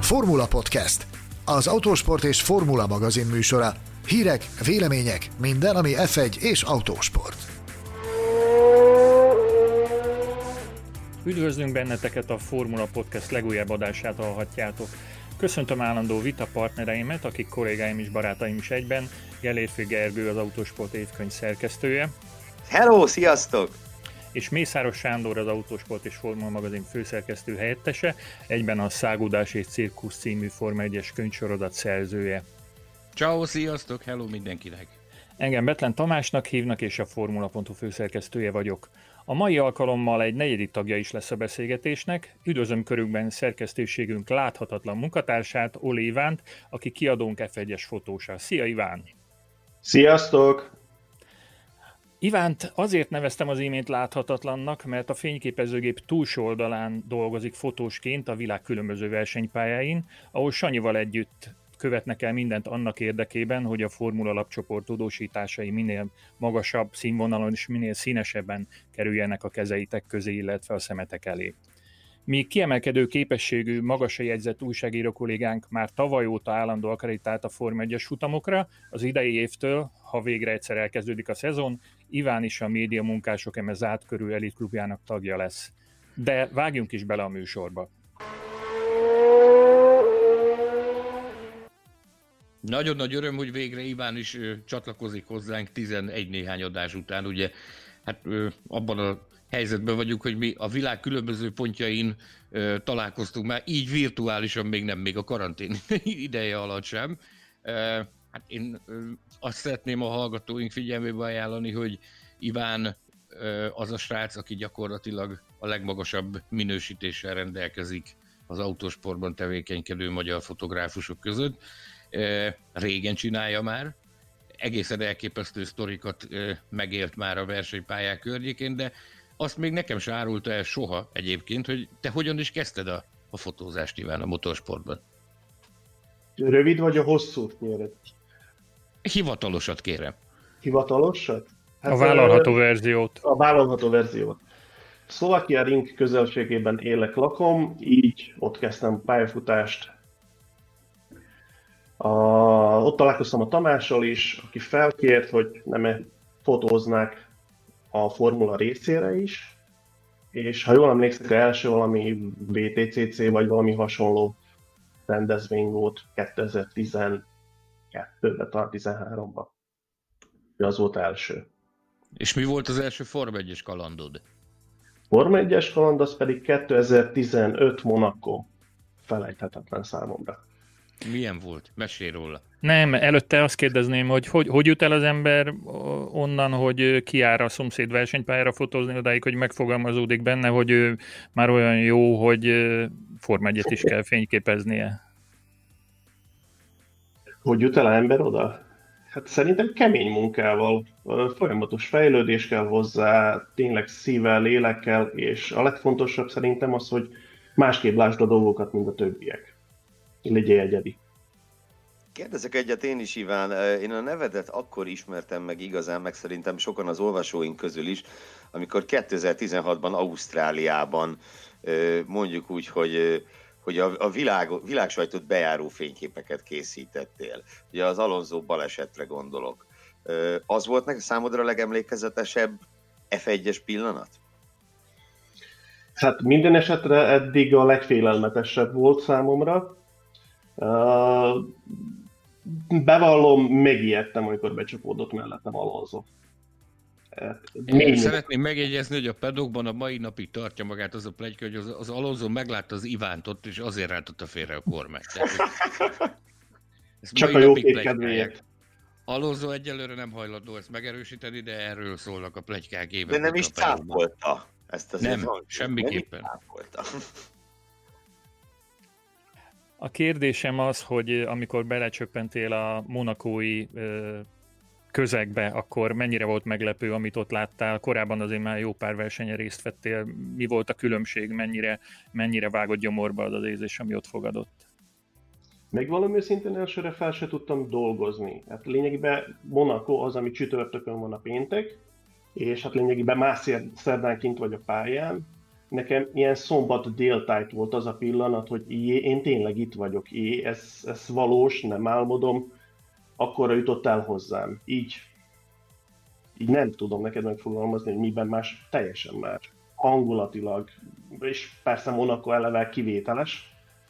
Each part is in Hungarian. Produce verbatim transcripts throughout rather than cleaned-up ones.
Formula Podcast, az autósport és formula magazin műsora. Hírek, vélemények, minden, ami ef egy és autósport. Üdvözlünk benneteket, a Formula Podcast legújabb adását hallhatjátok. Köszöntöm állandó vita partnereimet, akik kollégáim és barátaim is egyben. Gellérfi Gergő, az Autósport évkönyv szerkesztője. Hello, sziasztok! És Mészáros Sándor, az Autósport és Formula magazin főszerkesztő helyettese, egyben a Szágudás és Cirkusz című Forma egyes könyvsorozat szerzője. Ciao, sziasztok, hello mindenkinek! Engem Betlen Tamásnak hívnak, és a Formula pont hu főszerkesztője vagyok. A mai alkalommal egy negyedik tagja is lesz a beszélgetésnek. Üdvözlöm körükben szerkesztőségünk láthatatlan munkatársát, Oli Ivánt, aki kiadónk ef egyes fotósa. Szia, Iván! Sziasztok! Ivánt azért neveztem az imént láthatatlannak, mert a fényképezőgép túlsó oldalán dolgozik fotósként a világ különböző versenypályáin, ahol Sanyival együtt követnek el mindent annak érdekében, hogy a Formula Lapcsoport tudósításai minél magasabb színvonalon és minél színesebben kerüljenek a kezeitek közé, illetve a szemetek elé. Míg kiemelkedő képességű, magasra jegyzett újságíró kollégánk már tavaly óta állandó akreditált a Forma egyes futamokra, az idei évtől, ha végre egyszer elkezdődik a szezon, Iván is a média munkások eme zárt körül elitklubjának tagja lesz. De vágjunk is bele a műsorba. Nagyon nagy öröm, hogy végre Iván is ö, csatlakozik hozzánk tizenegy néhány adás után. Ugye hát ö, abban a helyzetben vagyunk, hogy mi a világ különböző pontjain ö, találkoztunk már, így virtuálisan még nem, még a karantén ideje alatt sem. Ö, hát én ö, azt szeretném a hallgatóink figyelmébe ajánlani, hogy Iván ö, az a srác, aki gyakorlatilag a legmagasabb minősítéssel rendelkezik az autósportban tevékenykedő magyar fotográfusok között. Régen csinálja már, egészen elképesztő sztorikat megélt már a versenypályák környékén, de azt még nekem se árulta el soha egyébként, hogy te hogyan is kezdted a, a fotózást, Iván, a motorsportban? Rövid vagy a hosszút kéred? Hivatalosat kérem. Hivatalosat? Hát a vállalható a, verziót. A vállalható verziót. Szlovákia Ring közelségében élek, lakom, így ott kezdtem pályafutást. A, ott találkoztam a Tamással is, aki felkért, hogy nem fotóznák a formula részére is, és ha jól emlékszek, az első valami vé té cé cé vagy valami hasonló rendezvény volt kétezer-tizenkettőben, talán tizenháromban. Az volt első. És mi volt az első Forma egyes kalandod? Forma egyes kaland, az pedig kétezer-tizenöt Monaco. Felejthetetlen számomra. Milyen volt? Mesélj róla. Nem, előtte azt kérdezném, hogy, hogy hogy jut el az ember onnan, hogy kijár a szomszéd versenypályára fotózni, odáig, hogy megfogalmazódik benne, hogy ő már olyan jó, hogy Forma egyet is kell fényképeznie. Hogy jut el az ember oda? Hát szerintem kemény munkával, folyamatos fejlődés kell hozzá, tényleg szívvel, lélekkel, és a legfontosabb szerintem az, hogy másképp lásd a dolgokat, mint a többiek. Legyél egyedi. Kérdezek egyet én is, Iván. Én a nevedet akkor ismertem meg igazán, meg szerintem sokan az olvasóink közül is, amikor kétezer-tizenhatban Ausztráliában mondjuk úgy, hogy, hogy a, a világ, világsajtot bejáró fényképeket készítettél. Ugye az Alonso balesetre gondolok. Az volt neked számodra a legemlékezetesebb ef egyes pillanat? Hát minden esetre eddig a legfélelmetesebb volt számomra. Uh, bevallom, megijedtem, amikor becsapódott mellettem Alonso. Én szeretném megjegyezni, hogy a pedokban a mai napig tartja magát az a pletyka, hogy az, az Alonso meglátta az Ivánt ott, és azért rántotta félre a kormányt. Csak a jó kedvéért. Alonso egyelőre nem hajlandó ezt megerősíteni, de erről szólnak a pletykák évek. De nem is cáfolta ezt az Nem, Ivánt. Semmiképpen. Nem cáfolta. A kérdésem az, hogy amikor belecsöppentél a monakói közegbe, akkor mennyire volt meglepő, amit ott láttál? Korábban azért már jó pár versenyen részt vettél. Mi volt a különbség? Mennyire, mennyire vágott gyomorba az az érzés, ami ott fogadott? Még valami őszintén elsőre fel se tudtam dolgozni. Hát lényegében Monaco az, ami csütörtökön van a péntek, és hát lényegében más szerdán kint vagy a pályán. nekem ilyen szombat déltájt volt az a pillanat, hogy jé, én tényleg itt vagyok, jé, ez, ez valós, nem álmodom, akkorra jutott el hozzám. Így, így nem tudom neked megfogalmazni, hogy miben más, teljesen más. Hangulatilag, és persze Monaco eleve kivételes.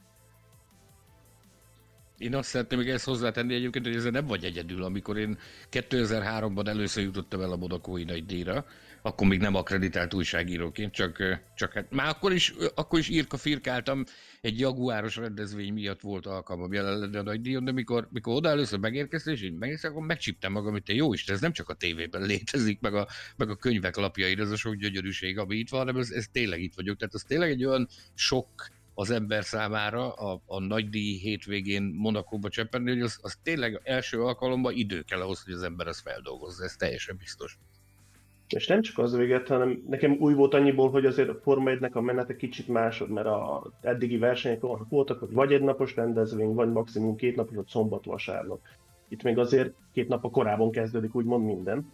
Én azt szeretném még ezt hozzátenni egyébként, hogy ezzel nem vagy egyedül. Amikor én kétezer-háromban először jutottam el a monacói nagydíjra, akkor még nem akkreditált újságíróként, csak, csak hát már akkor is, akkor is írka-firkáltam, egy jaguáros rendezvény miatt volt alkalmam jelen lenni a nagydíjon, de mikor, mikor oda először megérkeztem, és én megérkeztem, akkor megcsíptem magam, hogy te jó Isten, ez nem csak a tévében létezik, meg a, meg a könyvek lapjain, ez a sok gyönyörűség, ami itt van, hanem ez, ez tényleg itt vagyok. Tehát ez tényleg egy olyan sok az ember számára a, a nagydíj hétvégén Monacóba cseppenni, hogy az, az tényleg első alkalommal idő kell ahhoz, hogy az ember ezt feldolgozza, ez teljesen biztos. És nem csak az véget, hanem nekem új volt annyiból, hogy azért a Forma egynek a menete kicsit másod, mert az eddigi versenyek voltak, hogy vagy egy napos rendezvény, vagy maximum két napos, vagy szombat-vasárnap. Itt még azért két nap a korábban kezdődik úgymond minden.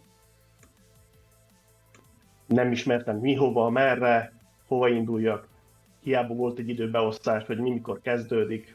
Nem ismertem mi, hova, merre, hova induljak. Hiába volt egy időbeosztás, hogy mi mikor kezdődik.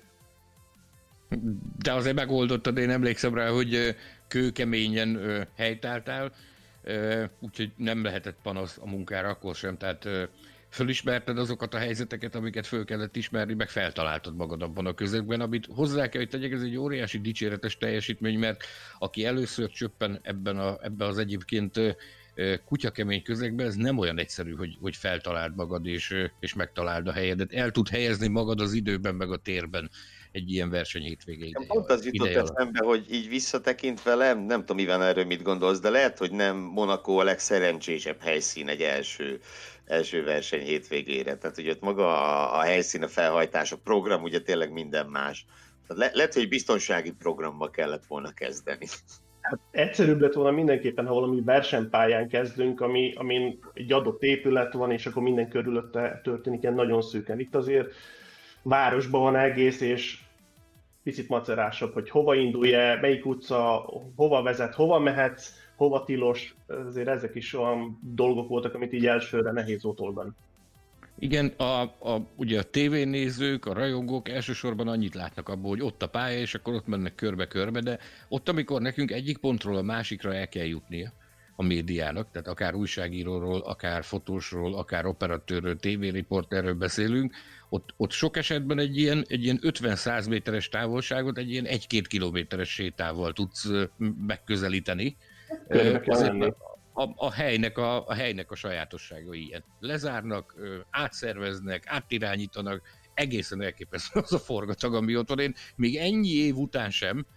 De azért megoldottad, én emlékszem rá, hogy kőkeményen helytáltál, úgyhogy nem lehetett panasz a munkára akkor sem, tehát fölismerted azokat a helyzeteket, amiket föl kellett ismerni, meg feltaláltad magad abban a közegben, amit hozzá kell, hogy tegyek, ez egy óriási dicséretes teljesítmény, mert aki először csöppen ebben, a, ebben az egyébként kutyakemény közegben, ez nem olyan egyszerű, hogy, hogy feltaláld magad és, és megtaláld a helyedet. El tud helyezni magad az időben, meg a térben egy ilyen verseny hétvége ideje. Pont az jutott eszembe, hogy így visszatekintve, nem, nem tudom, Iván, erről mit gondolsz, de lehet, hogy nem Monaco a legszerencsésebb helyszín egy első, első verseny hétvégére. Tehát, hogy ott maga a, a helyszín, a felhajtás, a program, ugye tényleg minden más. Tehát le, lehet, hogy biztonsági programba kellett volna kezdeni. Hát egyszerűbb lett volna mindenképpen, ha valami versenypályán kezdünk, ami, amin egy adott épület van, és akkor minden körülötte történik ilyen nagyon szűken. Itt azért városban van egész, és picit macerásabb, hogy hova indulj, melyik utca, hova vezet, hova mehetsz, hova tilos. Azért ezek is olyan dolgok voltak, amit így elsőre nehéz volt oldani. Igen, a, a, ugye a tévénézők, a rajongók elsősorban annyit látnak abból, hogy ott a pálya, és akkor ott mennek körbe-körbe, de ott, amikor nekünk egyik pontról a másikra el kell jutnia a médiának, tehát akár újságíróról, akár fotósról, akár operatőrről, tévériporterről beszélünk, ott, ott sok esetben egy ilyen, egy ilyen ötven-száz méteres távolságot egy ilyen egy-két kilométeres sétával tudsz megközelíteni. A, a, helynek a, a helynek a sajátossága ilyen. Lezárnak, átszerveznek, átirányítanak, egészen elképesztő az a forgatag, ami ott van. Én még ennyi év után sem,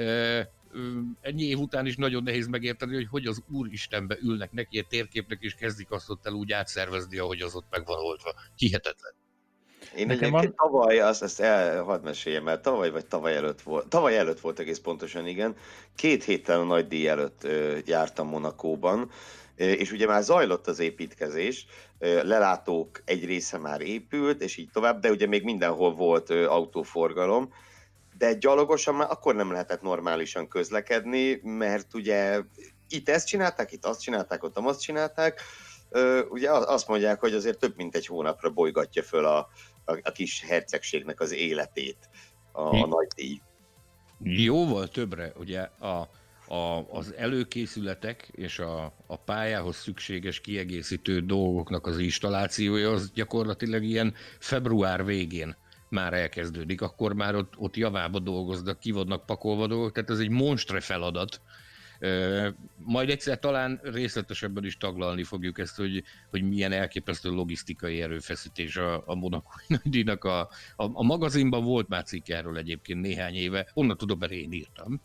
ennyi év után is nagyon nehéz megérteni, hogy hogy az Úristenbe ülnek neki egy térképnek, és kezdik azt ott el úgy átszervezni, ahogy az ott meg van oldva. Hihetetlen. Én Nekem egyébként van... tavaly, azt, azt el, hadd meséljem el, tavaly vagy tavaly előtt volt, tavaly előtt volt egész pontosan, igen, két héttel a nagy díj előtt ö, jártam Monacóban, ö, és ugye már zajlott az építkezés, ö, lelátók egy része már épült, és így tovább, de ugye még mindenhol volt ö, autóforgalom, de gyalogosan már akkor nem lehetett normálisan közlekedni, mert ugye itt ezt csinálták, itt azt csinálták, ott azt csinálták, ö, ugye azt mondják, hogy azért több mint egy hónapra bolygatja föl a A, a kis hercegségnek az életét a, a nagy díj. Jóval többre, ugye a, a, az előkészületek és a, a pályához szükséges kiegészítő dolgoknak az installációja az gyakorlatilag ilyen február végén már elkezdődik, akkor már ott, ott javába dolgoznak, ki vannak pakolva dolgok, tehát ez egy monstre feladat. Majd egyszer talán részletesebben is taglalni fogjuk ezt, hogy, hogy milyen elképesztő logisztikai erőfeszítés a, a monacói nagydíjnak. A, a, a magazinban volt már cikk erről egyébként néhány éve, onnan tudom, mert én írtam.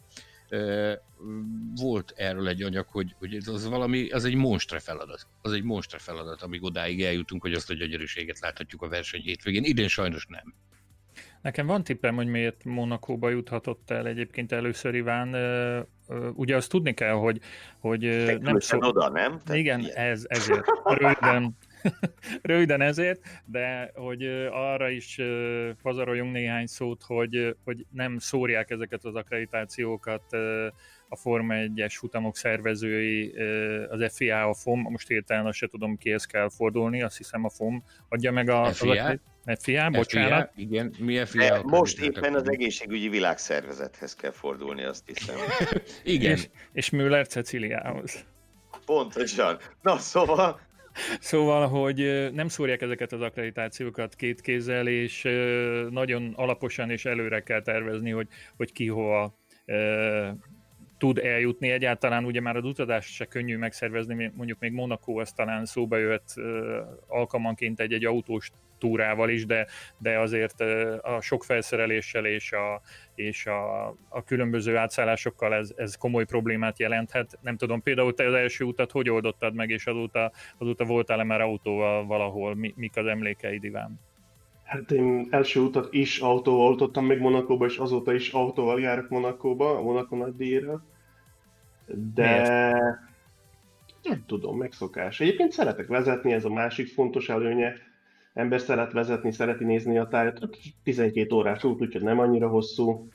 Volt erről egy anyag, hogy, hogy ez az valami, az egy monstre feladat. Az egy monstre feladat, amíg odáig eljutunk, hogy azt a gyönyörűséget láthatjuk a verseny hétvégén. Idén sajnos nem. Nekem van tippem, hogy miért Monacóba juthatott el egyébként először Iván. Ugye azt tudni kell, hogy, hogy nem szó... oda, nem? Tehát igen, ilyen. ez, ezért. Röviden, röviden ezért, de hogy arra is pazaroljunk néhány szót, hogy, hogy nem szórják ezeket az akkreditációkat a a Forma egyes futamok szervezői, az ef i á, a ef o em, most hirtelen azt se tudom, kihez kell fordulni, azt hiszem a ef o em adja meg a... ef i á? ef i á, bocsánat. ef i á, igen, mi ef i á. Most éppen az egészségügyi világszervezethez kell fordulni, azt hiszem. Igen. És, és Müller Ceciliához. Pontosan. Na szóval... Szóval, hogy nem szórják ezeket az akkreditációkat két kézzel, és nagyon alaposan és előre kell tervezni, hogy, hogy ki hova e, tud eljutni. Egyáltalán ugye már az utazást se könnyű megszervezni, mondjuk még Monaco az talán szóba jöhet e, alkalmanként egy-egy autós túrával is, de, de azért a sok felszereléssel és a, és a, a különböző átszállásokkal ez, ez komoly problémát jelenthet. Nem tudom, például te az első utat hogy oldottad meg, és azóta, azóta voltál-e már autóval valahol? Mi, mik az emlékeid, Iván? Hát én első utat is autóval oltottam meg Monacóba, és azóta is autóval járok Monacóba, a Monaco nagydíjra. De... Miért? Nem tudom, megszokás. Egyébként szeretek vezetni, ez a másik fontos előnye. Ember szeret vezetni, szereti nézni a tájat, tizenkét órás út, úgyhogy nem annyira hosszú.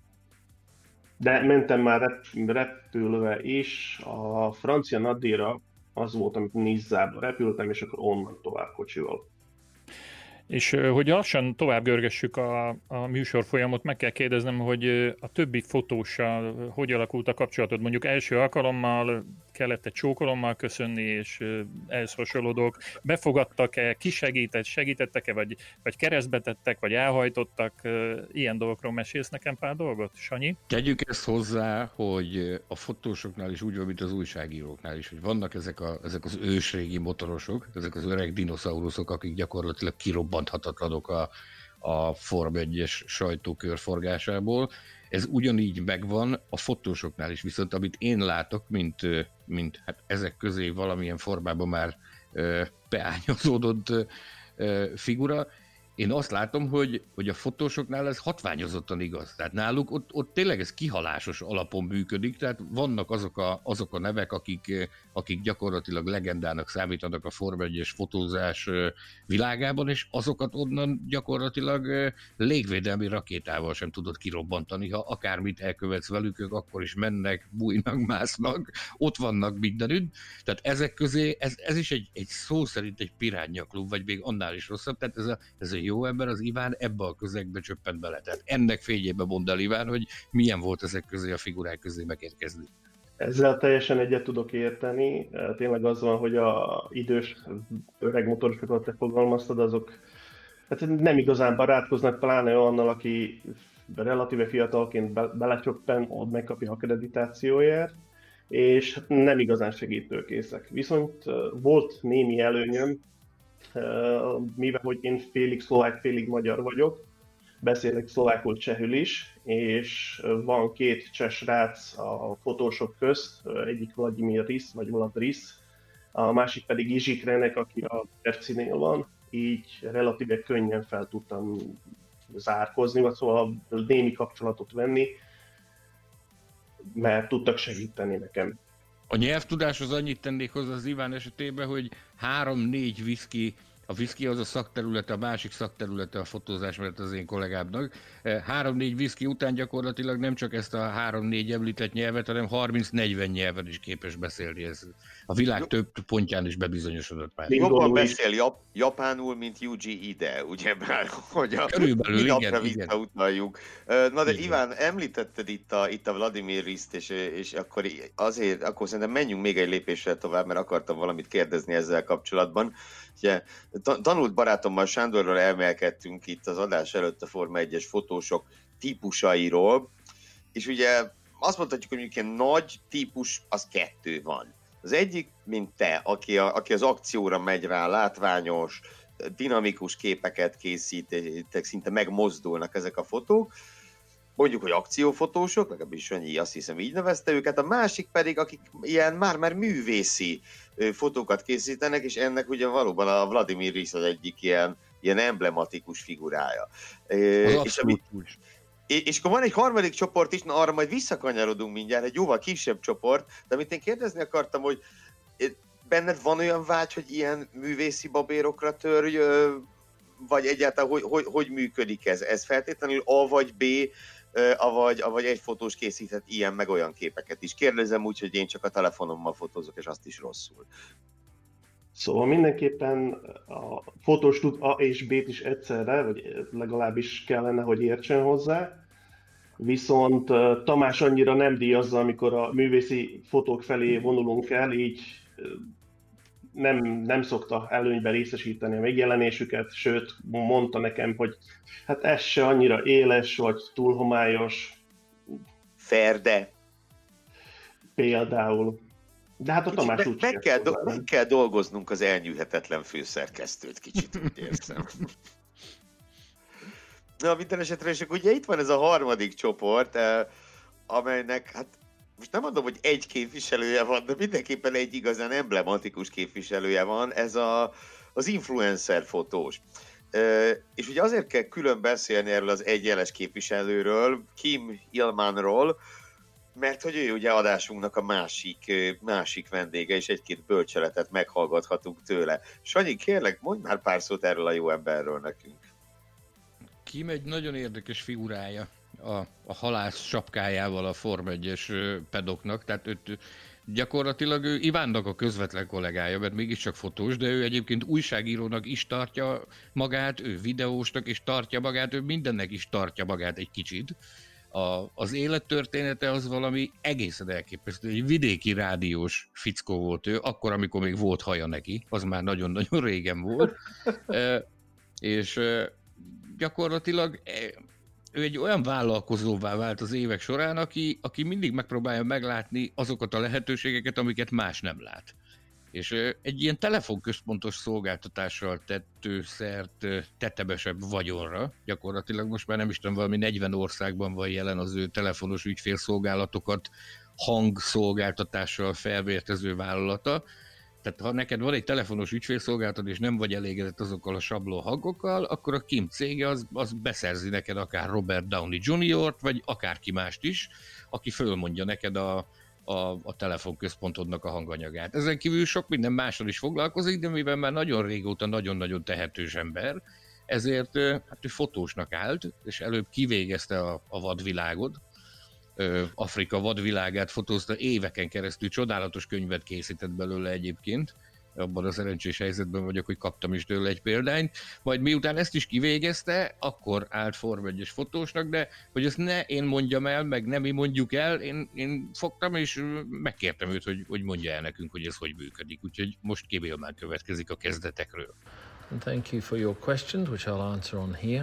De mentem már rep- repülve is, a francia nagydíjra az volt, amikor Nizzába repültem, és akkor onnan tovább kocsival. És hogy lassan tovább görgessük a, a műsor folyamot, meg kell kérdeznem, hogy a többi fotóssal hogy alakult a kapcsolatod? Mondjuk első alkalommal kellett egy csókolommal köszönni, és ehhez hasonló dolgok. Befogadtak-e, kisegített, segítettek-e, vagy, vagy keresztbe tettek, vagy elhajtottak? Ilyen dolgokról mesélsz nekem pár dolgot, Sanyi? Tegyük ezt hozzá, hogy a fotósoknál is úgy van, mint az újságíróknál is, hogy vannak ezek, a, ezek az ősrégi motorosok, ezek az öreg dinoszauruszok, akik gyakorlatilag kirobbanthatatlanok a, a Forma egyes sajtókörforgásából. Ez ugyanígy megvan a fotósoknál is, viszont amit én látok, mint, mint hát ezek közé valamilyen formában már beányozódott figura, én azt látom, hogy, hogy a fotósoknál ez hatványozottan igaz. Tehát náluk ott, ott tényleg ez kihalásos alapon működik, tehát vannak azok a, azok a nevek, akik, akik gyakorlatilag legendának számítanak a Forma egyes fotózás világában, és azokat onnan gyakorlatilag légvédelmi rakétával sem tudod kirobbantani, ha akármit elkövetsz velük, ők akkor is mennek, bújnak, másznak, ott vannak mindenütt. Tehát ezek közé, ez, ez is egy, egy szó szerint egy piránja klub, vagy még annál is rosszabb, tehát ez a, ez a jó ember, az Iván ebbe a közegbe csöppent bele. Tehát ennek fényében mondd el, Iván, hogy milyen volt ezek közé a figurák közé megérkezni. Ezzel teljesen egyet tudok érteni. Tényleg az van, hogy a idős öreg motorosokat te fogalmaztad, azok hát nem igazán barátkoznak, pláne olyannal, aki relatíve fiatalként be, belecsöppen, ott megkapja a akkreditációját, és nem igazán segítőkészek. Viszont volt némi előnyöm, mivel hogy én félig szlovák, félig magyar vagyok, beszélek szlovákul, csehül is, és van két cseh srác a fotósok közt, egyik Vladimir Riss, vagy Vlad Riss, a másik pedig Izsik Renek, aki a Percinél van, így relatíve könnyen fel tudtam zárkozni, vagy szóval némi kapcsolatot venni, mert tudtak segíteni nekem. A nyelvtudáshoz annyit tennék hozzá az Iván esetében, hogy három-négy viszki, a viszki az a szakterülete, a másik szakterülete a fotózás, mert az én kollégámnak. Három-négy viszki után gyakorlatilag nem csak ezt a három-négy említett nyelvet, hanem harminc-negyven nyelven is képes beszélni. Ez a világ több pontján is bebizonyosodott már. Jobban beszél jap- japánul, mint Yuji Ide, ugye már, hogy a körülbelül, napra igen, visszautaljuk. Na de igen. Iván, említetted itt a, itt a Vladimir Riszt, és, és akkor azért, akkor szerintem menjünk még egy lépésre tovább, mert akartam valamit kérdezni ezzel kapcsolatban. Ugye, tanult barátommal Sándorral elmélkedtünk itt az adás előtt a Forma egyes fotósok típusairól, és ugye azt mondhatjuk, hogy mondjuk egy nagy típus, az kettő van. Az egyik, mint te, aki, a, aki az akcióra megy rá, látványos, dinamikus képeket készítek, szinte megmozdulnak ezek a fotók. Mondjuk, hogy akciófotósok, legalábbis annyi, azt hiszem így nevezte őket, a másik pedig, akik ilyen már-már művészi fotókat készítenek, és ennek ugye valóban a Vladimir Riss az egyik ilyen, ilyen emblematikus figurája. Az és, ami, és akkor van egy harmadik csoport is, na arra majd visszakanyarodunk mindjárt, egy jóval kisebb csoport, de amit én kérdezni akartam, hogy benned van olyan vágy, hogy ilyen művészi babérokra törj, vagy egyáltalán hogy, hogy, hogy működik ez? Ez feltétlenül A vagy B avagy, avagy egy fotós készíthet ilyen meg olyan képeket is. Kérdezem úgy, hogy én csak a telefonommal fotózok, és azt is rosszul. Szóval mindenképpen a fotós tud A és B-t is egyszerre, vagy legalábbis kellene, hogy értsen hozzá. Viszont Tamás annyira nem díjazza, amikor a művészi fotók felé vonulunk el, így nem, nem szokta előnyben részesíteni a megjelenésüket, sőt mondta nekem, hogy hát ez se annyira éles, vagy túl homályos. Ferde. Például. De hát a Tamás meg, úgy meg, kell do- meg kell dolgoznunk az elnyűhetetlen főszerkesztőt, kicsit úgy érzem. Na, minden esetre, és ugye itt van ez a harmadik csoport, eh, amelynek, hát most nem mondom, hogy egy képviselője van, de mindenképpen egy igazán emblematikus képviselője van, ez a, az influencer fotós. Eh, és ugye azért kell külön beszélni erről az egyjeles képviselőről, Kim Illmanról, mert hogy ő ugye adásunknak a másik, másik vendége, és egy-két bölcseletet meghallgathatunk tőle. Sanyi, kérlek, mondj már pár szót erről a jó emberről nekünk. Kim egy nagyon érdekes figurája a, a halász sapkájával a Form egyes pedoknak, tehát őt gyakorlatilag ő Ivánnak a közvetlen kollégája, mert mégiscsak fotós, de ő egyébként újságírónak is tartja magát, ő videósnak is tartja magát, ő mindennek is tartja magát egy kicsit. A, az élettörténete az valami egészen elképesztő. Egy vidéki rádiós fickó volt ő, akkor, amikor még volt haja neki, az már nagyon-nagyon régen volt. e, és e, gyakorlatilag e, ő egy olyan vállalkozóvá vált az évek során, aki, aki mindig megpróbálja meglátni azokat a lehetőségeket, amiket más nem lát. És e, egy ilyen telefonközpontos szolgáltatással tett szert tetebesebb vagyonra. Gyakorlatilag most már nem is tudom, valami negyven országban van jelen az ő telefonos ügyfélszolgálatokat hangszolgáltatással felvértező vállalata. Tehát ha neked van egy telefonos ügyfélszolgálatod, és nem vagy elégedett azokkal a sabló hangokkal, akkor a Kim cége az, az beszerzi neked akár Robert Downey juniort, vagy akárki mást is, aki fölmondja neked a A, a telefonközpontodnak a hanganyagát. Ezen kívül sok minden mással is foglalkozik, de mivel már nagyon régóta nagyon-nagyon tehetős ember, ezért hát ő fotósnak állt, és előbb kivégezte a, a vadvilágot, Afrika vadvilágát fotózta éveken keresztül, csodálatos könyvet készített belőle egyébként, abban a szerencsés helyzetben vagyok, hogy kaptam is tőle egy példányt, majd miután ezt is kivégezte, akkor állt Form egyes fotósnak, de hogy ezt ne én mondjam el, meg nem mi mondjuk el, én, én fogtam és megkértem őt, hogy, hogy mondja el nekünk, hogy ez hogy működik, úgyhogy most Kim Illman következik a kezdetekről. Thank you for your questions, which I'll answer on here.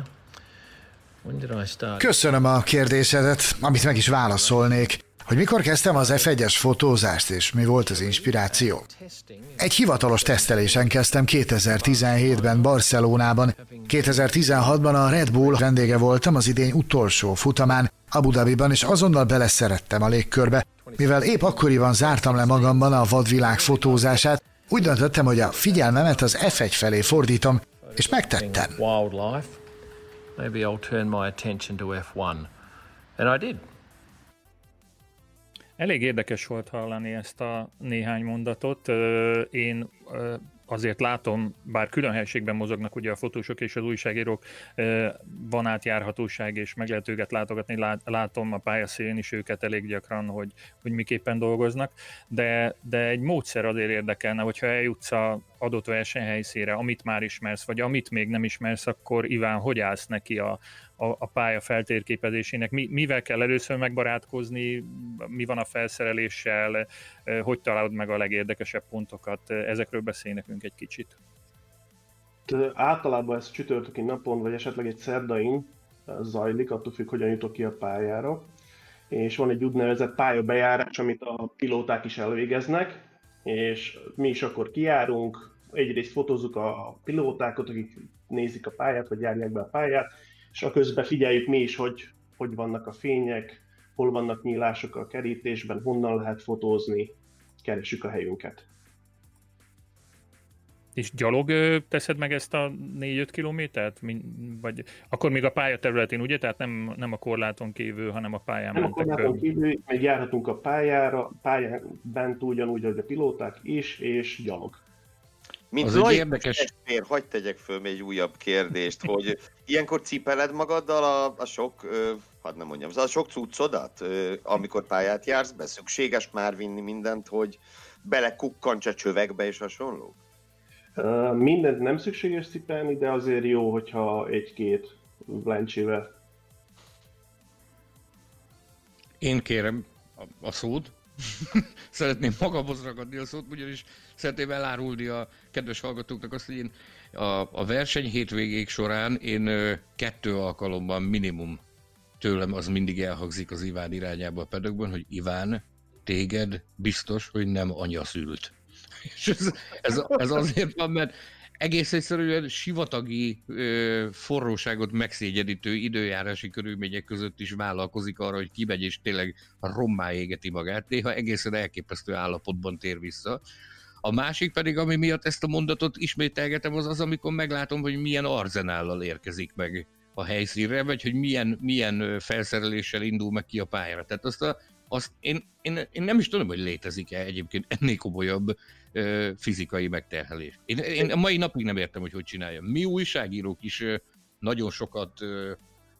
When did I start? Köszönöm a kérdésedet, amit meg is válaszolnék. Hogy mikor kezdtem az ef egyes fotózást, és mi volt az inspiráció? Egy hivatalos tesztelésen kezdtem kétezer-tizenhétben Barcelonában. kétezer-tizenhatban a Red Bull vendége voltam az idény utolsó futamán, Abu Dhabiban, és azonnal beleszerettem a légkörbe. Mivel épp akkoriban zártam le magamban a vadvilág fotózását, úgy döntöttem, hogy a figyelmemet az ef egy felé fordítom, és megtettem. Maybe I'll turn my attention to ef one. And I did. Elég érdekes volt hallani ezt a néhány mondatot. Én azért látom, bár külön helységben mozognak ugye a fotósok és az újságírók, van átjárhatóság és meg lehet őket látogatni, látom a pályaszélén is őket elég gyakran, hogy, hogy miképpen dolgoznak, de, de egy módszer azért érdekelne, hogyha eljutsz a adott versenyhelyszínre, amit már ismersz, vagy amit még nem ismersz, akkor Iván, hogy állsz neki a, a, a pálya feltérképezésének? Mi, mivel kell először megbarátkozni, mi van a felszereléssel, hogy találod meg a legérdekesebb pontokat? Ezekről beszélj nekünk egy kicsit. Általában ez csütörtöki napon, vagy esetleg egy szerdain zajlik, attól függ, hogyan jutok ki a pályára. És van egy úgynevezett pályabejárás, amit a pilóták is elvégeznek, és mi is akkor kijárunk, egyrészt fotózzuk a pilótákat, akik nézik a pályát, vagy járják be a pályát, és a közben figyeljük mi is, hogy hogy vannak a fények, hol vannak nyílások a kerítésben, honnan lehet fotózni, keressük a helyünket. És gyalog teszed meg ezt a négy-öt kilométert? Vagy akkor még a pályaterületén, ugye? Tehát nem, nem a korláton kívül, hanem a pályán nem mentek. Nem a korláton kívül, még járhatunk a pályára, pályán bent ugyanúgy, hogy a pilóták is, és gyalog. Mint laikus érdekes... testvér, hagyd tegyek föl még egy újabb kérdést, hogy ilyenkor cipeled magaddal a, a sok, ö, hadd nem mondjam, a sok cuccodat, ö, amikor pályát jársz be? Szükséges már vinni mindent, hogy belekukkants a csövekbe és hasonló? Uh, mindent nem szükséges cipelni, de azért jó, hogyha egy-két lencsével. Én kérem a, a szót. Szeretném magamhoz ragadni a szót, ugyanis szeretném elárulni a kedves hallgatóknak azt, hogy én a, a verseny hétvégék során én ö, kettő alkalommal minimum tőlem az mindig elhangzik az Iván irányába a pedagógban, hogy Iván, téged biztos, hogy nem anya szült. És ez, ez, ez azért van, mert egész egyszerűen sivatagi ö, forróságot megszégyenítő időjárási körülmények között is vállalkozik arra, hogy kimegy és tényleg rommá égeti magát, néha egészen elképesztő állapotban tér vissza. A másik pedig, ami miatt ezt a mondatot ismételgetem, az az, amikor meglátom, hogy milyen arzenállal érkezik meg a helyszínre, vagy hogy milyen, milyen felszereléssel indul meg ki a pályára. Tehát azt, a, azt én, én, én nem is tudom, hogy létezik-e egyébként ennél komolyabb ö, fizikai megterhelés. Én, én a mai napig nem értem, hogy hogy csináljam. Mi újságírók is ö, nagyon sokat ö,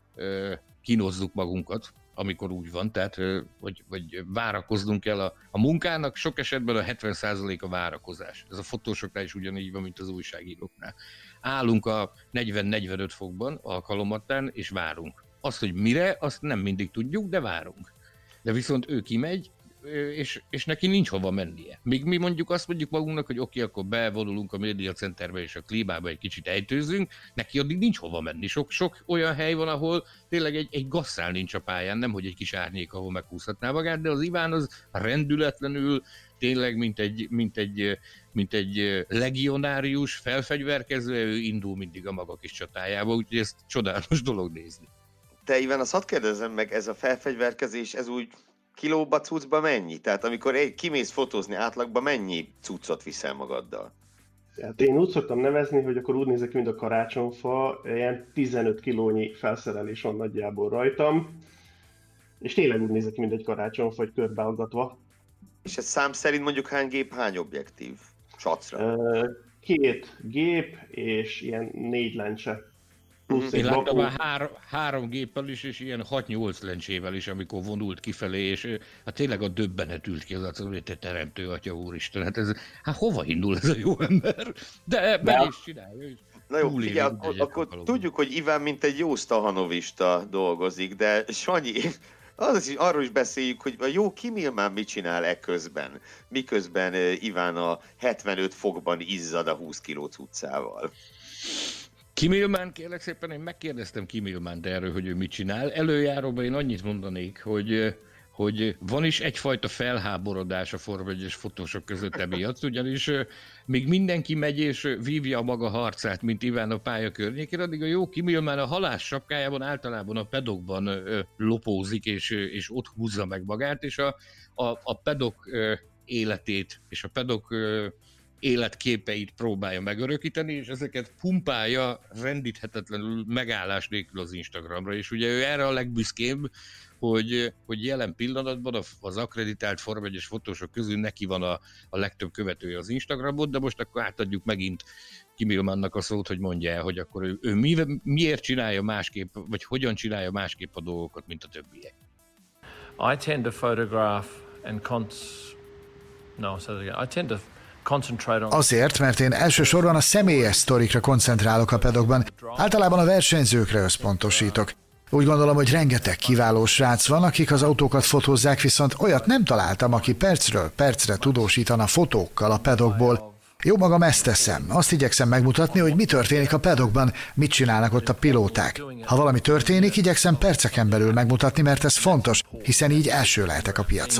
ö, kínozzuk magunkat, amikor úgy van, tehát ö, vagy, vagy várakoznunk kell a, a munkának, sok esetben a hetven százalék a várakozás. Ez a fotósoknál is ugyanígy van, mint az újságíróknál. Állunk a negyven-negyvenöt fokban alkalomattán, és várunk. Azt, hogy mire, azt nem mindig tudjuk, de várunk. De viszont ő kimegy, és, és neki nincs hova mennie. Míg mi mondjuk azt mondjuk magunknak, hogy oké, okay, akkor bevonulunk a médiacenterbe és a klímába egy kicsit ejtőzünk, neki addig nincs hova menni. Sok, sok olyan hely van, ahol tényleg egy, egy gasszál nincs a pályán, nem hogy egy kis árnyék, ahol meghúzhatná magát, de az Iván az rendületlenül, tényleg mint egy, mint egy, mint egy legionárius, felfegyverkezve, ő indul mindig a maga kis csatájába, úgyhogy ez csodálatos dolog nézni. Te, Iván, azt hadd kérdezzem meg, ez a felfegyverkezés, ez úgy kilóba, cuccba mennyi? Tehát amikor egy kimész fotózni, átlagban mennyi cuccot viszel magaddal? Hát én úgy szoktam nevezni, hogy akkor úgy nézek, mint a karácsonyfa, ilyen tizenöt kilónyi felszerelés van nagyjából rajtam, és tényleg úgy nézek, mint egy karácsonyfa, hogy körbeaggatva. És ez szám szerint mondjuk hány gép, hány objektív? Sacra? Két gép és ilyen négy lencse. Plusz én láttam már három, három géppel is, és ilyen hat-nyolc lencsével is, amikor vonult kifelé, és hát tényleg a döbbenet ült ki az arcon, hogy te teremtő atya úristen, hát ez, hát hova indul ez a jó ember? De meg is csinálja. Na jó, figyelj, akkor, akkor tudjuk, hogy Iván mint egy jó stahanovista dolgozik, de Sanyi, az is, arról is beszéljük, hogy a jó Kim Il-man mit csinál eközben, miközben Iván a hetvenöt fokban izzad a húsz kiló cuccával. Kim Il-man, kérlek szépen, én megkérdeztem Kim Il-mant erről, hogy ő mit csinál. Előjáróban én annyit mondanék, hogy, hogy van is egyfajta felháborodás a Forma egyes fotósok között emiatt, ugyanis még mindenki megy és vívja a maga harcát, mint Iván a pálya környékén, addig a jó Kim Il-man a halász sapkájában általában a pedokban lopózik, és, és ott húzza meg magát, és a, a, a pedok életét, és a pedok életképeit próbálja megörökíteni, és ezeket pumpálja rendíthetetlenül megállás nélkül az Instagramra, és ugye ő erre a legbüszkébb, hogy, hogy jelen pillanatban az akkreditált Forma egyes fotósok közül neki van a, a legtöbb követője az Instagramot, de most akkor átadjuk megint Kim Il-mannak a szót, hogy mondja el, hogy akkor ő, ő mi, miért csinálja másképp, vagy hogyan csinálja másképp a dolgokat, mint a többiek. I tend to photograph and cons... No, so again. I tend to Azért, mert én elsősorban a személyes sztorikra koncentrálok a pedokban, általában a versenyzőkre összpontosítok. Úgy gondolom, hogy rengeteg kiváló srác van, akik az autókat fotózzák, viszont olyat nem találtam, aki percről percre tudósítana fotókkal a pedokból. Jó magam ezt teszem, azt igyekszem megmutatni, hogy mi történik a pedokban, mit csinálnak ott a pilóták. Ha valami történik, igyekszem perceken belül megmutatni, mert ez fontos, hiszen így első lehetek a piacon.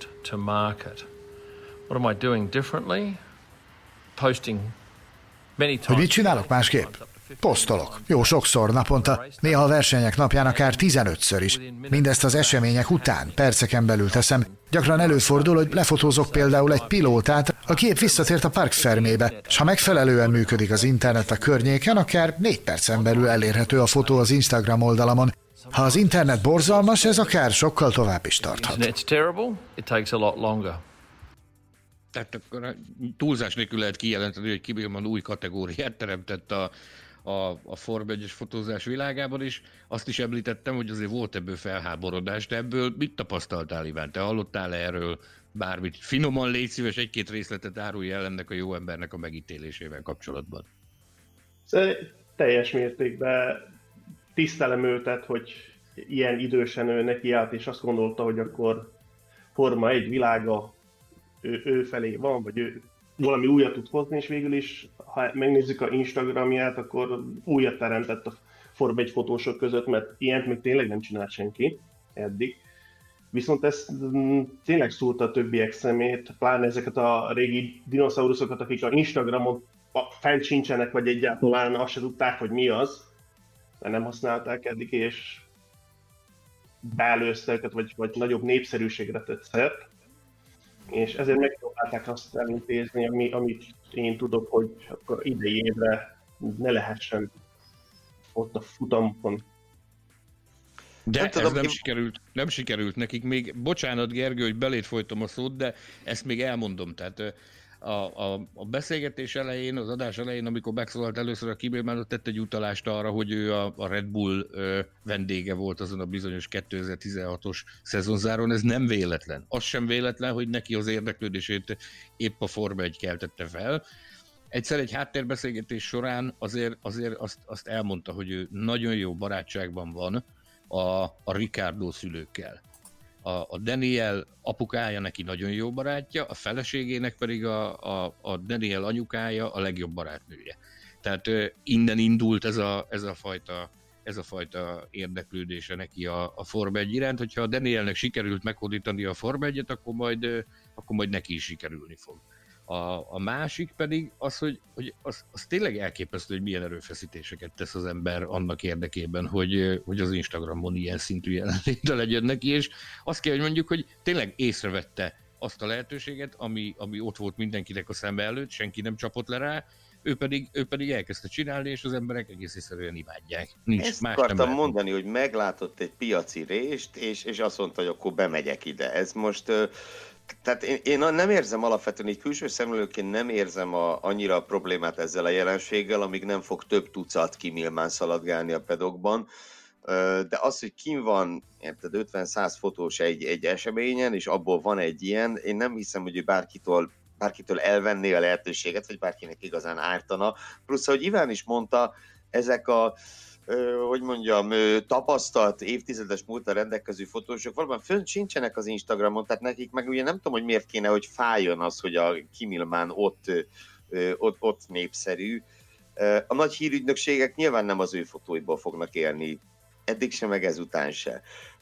What am I doing differently? Posting many times. Hogy mit csinálok másképp? Posztolok. Jó sokszor naponta, néha a versenyek napján akár tizenötször is. Mindezt az események után, perceken belül teszem. Gyakran előfordul, hogy lefotózok például egy pilótát, a kép visszatért a Parc Fermébe, és ha megfelelően működik az internet a környéken, akár négy percen belül elérhető a fotó az Instagram oldalamon. Ha az internet borzalmas, ez akár sokkal tovább is tarthat. tehát akkor túlzás nélkül lehet kijelenteni, hogy Kimmelman új kategóriát teremtett a, a, a Form egyes fotózás világában, és azt is említettem, hogy azért volt ebből felháborodás, de ebből mit tapasztaltál, Iván? Te hallottál erről bármit? Finoman légy szíves, egy-két részletet árulj el ennek a jó embernek a megítélésével kapcsolatban. Teljes mértékben tisztelem őtet, hogy ilyen idősen ő neki állt, és azt gondolta, hogy akkor Forma egy világa ő, ő felé van, vagy ő valami újat tud hozni, és végül is, ha megnézzük a Instagramját, akkor újat teremtett a Forma egy fotósok között, mert ilyent még tényleg nem csinált senki eddig. Viszont ez tényleg szúrta a többiek szemét, pláne ezeket a régi dinoszauruszokat, akik a Instagramon fent sincsenek, vagy egyáltalán azt se tudták, hogy mi az, mert nem használták eddig, és beelőzte őket, vagy, vagy nagyobb népszerűségre tett szert. És ezért megpróbálták azt elintézni, ami, amit én tudok, hogy akkor idei évre ne lehessen ott a futamon. De nem, tudom, ez nem, én... sikerült, nem sikerült nekik. Még, bocsánat Gergő, hogy belét folytom a szót, de ezt még elmondom. Tehát a, a, a beszélgetés elején, az adás elején, amikor megszólalt először a Kimmelman, tett egy utalást arra, hogy ő a, a Red Bull ö, vendége volt azon a bizonyos kétezer-tizenhatos szezonzáron. Ez nem véletlen. Az sem véletlen, hogy neki az érdeklődését épp a Forma egy keltette fel. Egyszer egy háttérbeszélgetés során azért, azért azt, azt elmondta, hogy ő nagyon jó barátságban van a, a Ricciardo szülőkkel. A, a Daniel apukája neki nagyon jó barátja, a feleségének pedig a, a, a Daniel anyukája a legjobb barátnője. Tehát ö, innen indult ez a, ez a fajta, ez a fajta érdeklődése neki a, a Forma egy iránt. Hogyha a Danielnek sikerült meghódítani a Forma egyet, akkor majd, ö, akkor majd neki is sikerülni fog. A, a másik pedig az, hogy, hogy az, az tényleg elképesztő, hogy milyen erőfeszítéseket tesz az ember annak érdekében, hogy, hogy az Instagramon ilyen szintű jelenléte legyen neki, és azt kell, hogy mondjuk, hogy tényleg észrevette azt a lehetőséget, ami, ami ott volt mindenkinek a szeme előtt, senki nem csapott le rá, ő pedig, ő pedig elkezdte csinálni, és az emberek egész egyszerűen imádják. Nincs Ezt más akartam nem mondani, hogy meglátott egy piaci rést, és, és azt mondta, hogy akkor bemegyek ide. Ez most... Tehát én, én nem érzem alapvetően, így külső szemlélőként nem érzem a, annyira a problémát ezzel a jelenséggel, amíg nem fog több tucat Kimmelman szaladgálni a pedokban. De az, hogy kim van, érted, ötven-száz fotós egy, egy eseményen, és abból van egy ilyen, én nem hiszem, hogy ő bárkitől, bárkitől elvenné a lehetőséget, vagy bárkinek igazán ártana. Plusz, ahogy Iván is mondta, ezek a hogy mondjam, tapasztalt, évtizedes múlttal rendelkező fotósok valóban fönt sincsenek az Instagramon, tehát nekik meg ugye nem tudom, hogy miért kéne, hogy fájjon az, hogy a Kimmelman ott, ott, ott népszerű. A nagy hírügynökségek nyilván nem az ő fotóiból fognak élni, eddig sem, meg ezután se.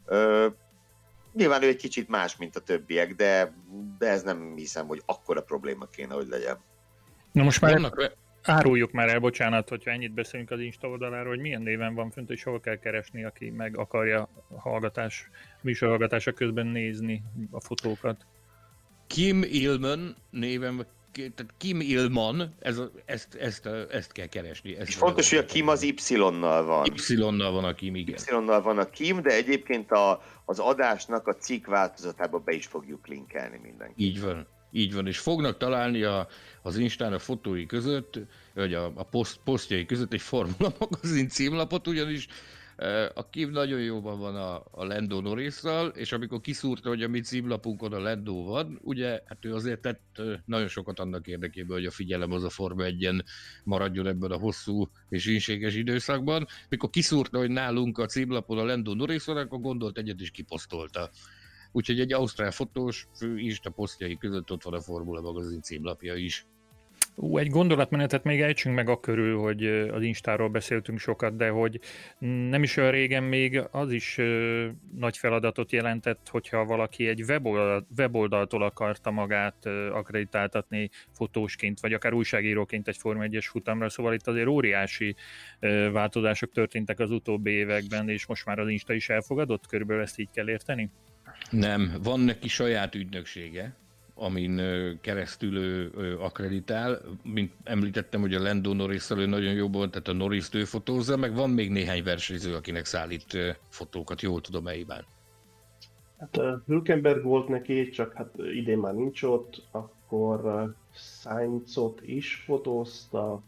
Nyilván ő egy kicsit más, mint a többiek, de, de ez nem hiszem, hogy akkora probléma kéne, hogy legyen. Na most már... Vannak... Áruljuk már el, bocsánat, hogyha ennyit beszélünk az Insta oldaláról, hogy milyen néven van fönt, és hol kell keresni, aki meg akarja hallgatás, műsorhallgatása közben nézni a fotókat. Kimmelman néven, tehát Kimmelman, ez a, ezt, ezt, ezt kell keresni. Ezt és fontos, hogy a Kim az Y-nal van. Y-nal van a Kim, igen. Y-nal van a Kim, de egyébként a, az adásnak a cikk változatába be is fogjuk linkelni mindenki. Így van. Így van, és fognak találni a, az Instán a fotói között, vagy a, a poszt, posztjai között egy Formula magazin címlapot, ugyanis a Kim nagyon jóban van a, a Lando Norrisszal, és amikor kiszúrta, hogy a mi címlapunkon a Lando van, ugye, hát ő azért tett nagyon sokat annak érdekében, hogy a figyelem az a Forma egyen maradjon ebben a hosszú és ínséges időszakban. Mikor kiszúrta, hogy nálunk a címlapon a Lando Norrisszal, akkor gondolt egyet is kiposztolta. Úgyhogy egy ausztrál fotós fő Insta posztjai között ott van a Formula magazin címlapja is. Ú, egy gondolatmenetet még ejtsünk meg akkörül, hogy az Instáról beszéltünk sokat, de hogy nem is olyan régen még az is ö, nagy feladatot jelentett, hogyha valaki egy weboldal, weboldaltól akarta magát ö, akkreditáltatni fotósként, vagy akár újságíróként egy Forma egyes futamra, szóval itt azért óriási ö, változások történtek az utóbbi években, és most már az Insta is elfogadott, körülbelül ezt így kell érteni? Nem, van neki saját ügynöksége, amin keresztül ő akkreditál. Mint említettem, hogy a Lando Norrisszal ő nagyon jobban, tehát a Norriszt ő fotózza, meg van még néhány versenyző, akinek szállít fotókat, jól tudom Iván. Hát Hülkenberg volt neki, csak hát idén már nincs ott. A akkor Sainzot is fotózta.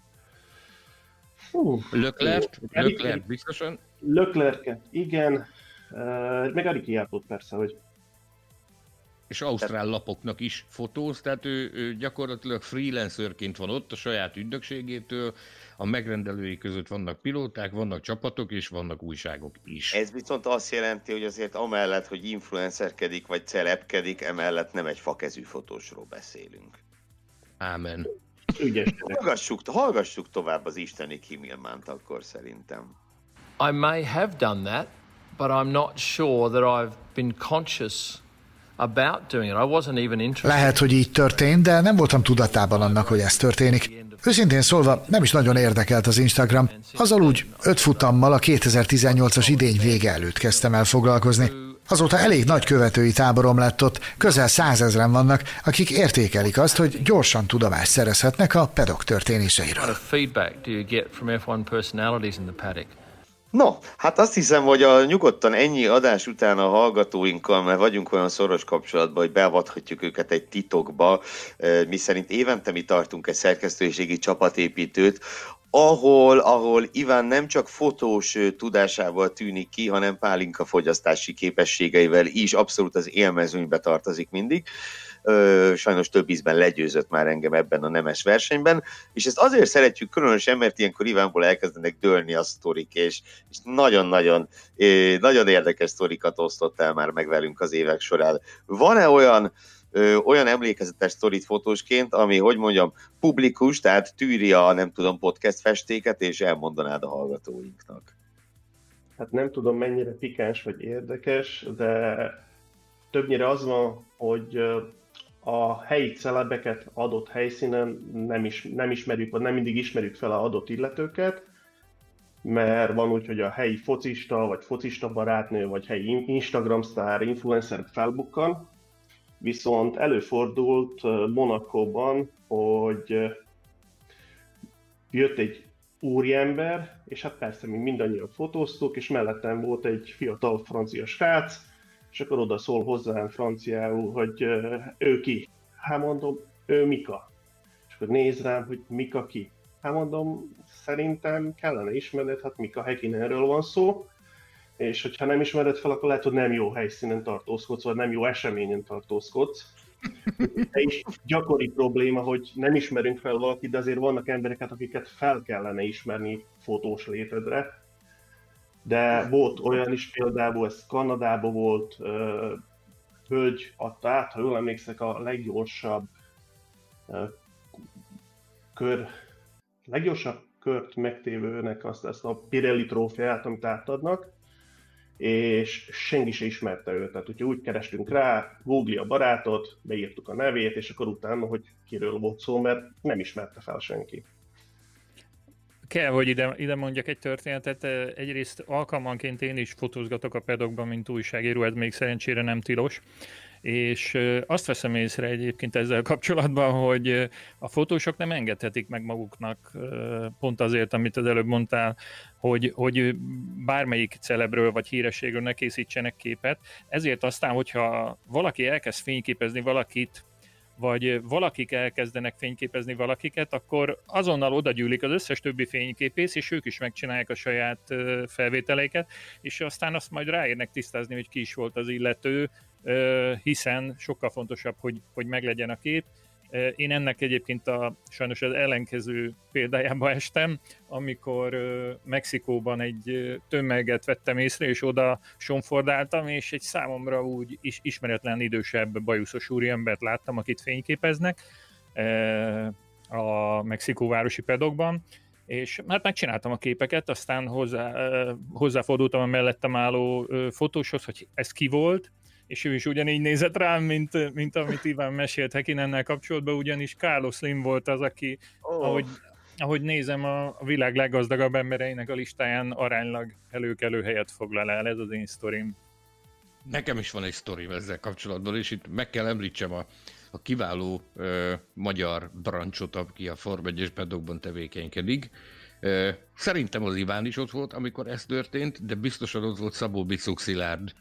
Fú, Leclerc, Leclerc biztosan. Leclerc-et, igen. Uh, meg Ricciardót persze, hogy... És ausztrál lapoknak is fotóz, tehát ő, ő gyakorlatilag freelancerként van ott a saját ügynökségétől, a megrendelői között vannak pilóták, vannak csapatok és vannak újságok is. Ez viszont azt jelenti, hogy azért amellett, hogy influencerkedik vagy celebkedik, emellett nem egy fakezű fotósról beszélünk. Ámen. Ügyes. Hallgassuk, hallgassuk tovább az isteni Kim Il-mánt akkor szerintem. I may have done that, but I'm not sure that I've been conscious about doing it. I wasn't even interested. Lehet, hogy így történt, de nem voltam tudatában annak, hogy ez történik. Őszintén szólva, nem is nagyon érdekelt az Instagram. Azzal úgy öt futammal a kétezer-tizennyolcas idény vége előtt kezdtem el foglalkozni. Azóta elég nagy követői táborom lett ott, közel százezren vannak, akik értékelik azt, hogy gyorsan tudomást szerezhetnek a paddock történéseiről. What feedback do you get from F one personalities in the paddock? No, hát azt hiszem, hogy a nyugodtan ennyi adás után a hallgatóinkkal, mert vagyunk olyan szoros kapcsolatban, hogy beavathatjuk őket egy titokba, mi szerint évente mi tartunk egy szerkesztőségi csapatépítőt, ahol, ahol Iván nem csak fotós tudásával tűnik ki, hanem pálinka fogyasztási képességeivel is abszolút az élmezőnybe tartozik mindig. Sajnos több ízben legyőzött már engem ebben a nemes versenyben, és ezt azért szeretjük különösen, mert ilyenkor Ivánból elkezdenek dőlni a sztorik, és, és nagyon-nagyon nagyon érdekes sztorikat osztott el már meg velünk az évek során. Van-e olyan Ö, olyan emlékezetes sztorit fotósként, ami, hogy mondjam, publikus, tehát tűri a, nem tudom, podcast festéket, és elmondanád a hallgatóinknak? Hát nem tudom, mennyire pikáns vagy érdekes, de többnyire az van, hogy a helyi celebeket adott helyszínen nem, is, nem ismerjük, vagy nem mindig ismerjük fel az adott illetőket, mert van úgy, hogy a helyi focista, vagy focista barátnő, vagy helyi Instagram sztár, influencer felbukkan. Viszont előfordult Monacóban, hogy jött egy úriember, és hát persze mi mindannyian fotóztuk, és mellettem volt egy fiatal francia srác, és akkor oda szól hozzám franciául, hogy ő ki? Hát mondom, ő Mika. És akkor néz rám, hogy Mika ki? Hát mondom, szerintem kellene ismerned, hát Mika Häkkinenről van szó, és hogyha nem ismered fel, akkor lehet, hogy nem jó helyszínen tartózkodsz, vagy nem jó eseményen tartózkodsz. De is gyakori probléma, hogy nem ismerünk fel valakit, de azért vannak embereket, akiket fel kellene ismerni fotós létedre. De volt olyan is, például ez Kanadában volt, uh, hölgy adta át, ha jól emlékszek, a leggyorsabb uh, kör, leggyorsabb kört megtévőnek azt, ezt a Pirelli trófeát, amit átadnak, és senki se ismerte őt. Tehát ugye úgy kerestünk rá, Google a barátot, beírtuk a nevét, és akkor utána, hogy kiről volt szó, mert nem ismerte fel senki. Kell, hogy ide, ide mondjak egy történetet. Egyrészt alkalmanként én is fotózgatok a paddockban, mint újságíró, ez még szerencsére nem tilos. És azt veszem észre egyébként ezzel kapcsolatban, hogy a fotósok nem engedhetik meg maguknak, pont azért, amit az előbb mondtál, hogy, hogy bármelyik celebről vagy hírességről ne készítsenek képet. Ezért aztán, hogyha valaki elkezd fényképezni valakit, vagy valakik elkezdenek fényképezni valakiket, akkor azonnal odagyűlik az összes többi fényképész, és ők is megcsinálják a saját felvételeiket, és aztán azt majd ráérnek tisztázni, hogy ki is volt az illető, hiszen sokkal fontosabb, hogy, hogy meglegyen a kép. Én ennek egyébként a sajnos az ellenkező példájába estem, amikor Mexikóban egy tömeget vettem észre, és oda sonfordáltam, és egy számomra úgy is ismeretlen idősebb bajuszos úriembert láttam, akit fényképeznek a mexikóvárosi paddockban, és hát megcsináltam a képeket, aztán hozzá, hozzáfordultam a mellettem álló fotóshoz, hogy ez ki volt, és ő is ugyanígy nézett rám, mint, mint amit Iván mesélt Häkkinennel kapcsolatban, ugyanis Carlos Slim volt az, aki, oh. ahogy, ahogy nézem, a világ leggazdagabb embereinek a listáján aránylag előkelő helyet foglal el, ez az én sztorim. Nekem is van egy sztorim ezzel kapcsolatban, és itt meg kell említsem a, a kiváló ö, magyar brancsot, aki a Form egyes paddockban tevékenykedik. Ö, szerintem az Iván is ott volt, amikor ez történt, de biztosan ott volt Szabó Bicuk Szilárd,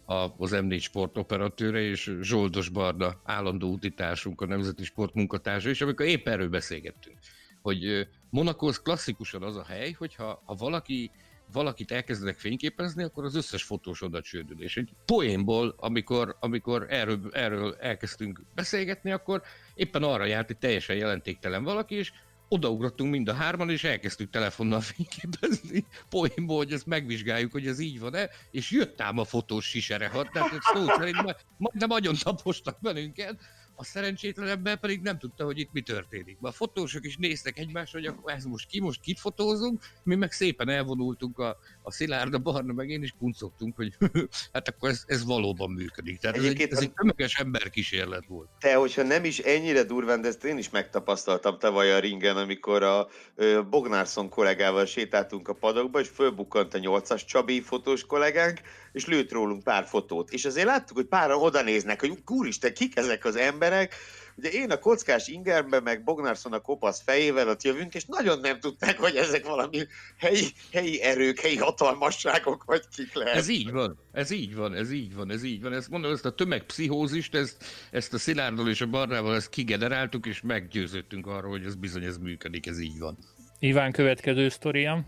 az em négy Sport operatőre, és Zsoldos Barna állandó útitársunk, a Nemzeti Sport munkatársa, és amikor épp erről beszélgettünk, hogy Monaco az klasszikusan az a hely, hogyha ha valaki, valakit elkezdenek fényképezni, akkor az összes fotós oda csődül. És egy poénból, amikor, amikor erről, erről elkezdtünk beszélgetni, akkor éppen arra járt, hogy teljesen jelentéktelen valaki, és odaugrottunk mind a hárman, és elkezdtük telefonnal fényképezni poénból, hogy ezt megvizsgáljuk, hogy ez így van-e, és jött ám a fotós siserehat, tehát szó szerint majdnem agyon tapostak bennünket, a szerencsétlen ember pedig nem tudta, hogy itt mi történik. A fotósok is néztek egymásra, hogy akkor ez most ki, most kit fotózunk, mi meg szépen elvonultunk, a, a Szilárd, a Barna, meg én is kuncogtunk, hogy hát akkor ez, ez valóban működik. Tehát ez egy, ez egy tömeges emberkísérlet volt. Te, hogyha nem is ennyire durván, de ezt én is megtapasztaltam tavaly a ringen, amikor a ö, Bognárszon kollégával sétáltunk a padokba, és fölbukkant a nyolcas Csabi fotós kollégánk, és lőtt rólunk pár fotót. És azért láttuk, hogy páran oda néznek, hogy úristen, kik ezek az emberek. Ugye én a kockás ingerben, meg Bognárszon a kopasz fejével ott jövünk, és nagyon nem tudták, hogy ezek valami helyi, helyi erők, helyi hatalmasságok, vagy kik lehet. Ez így van, ez így van, ez így van, ez így van. Ezt mondom, ezt a tömegpszichózist, ezt, ezt a Szilárddal és a Barnával ezt kigeneráltuk, és meggyőződtünk arról, hogy ez bizony ez működik, ez így van. Iván, következő sztoriam.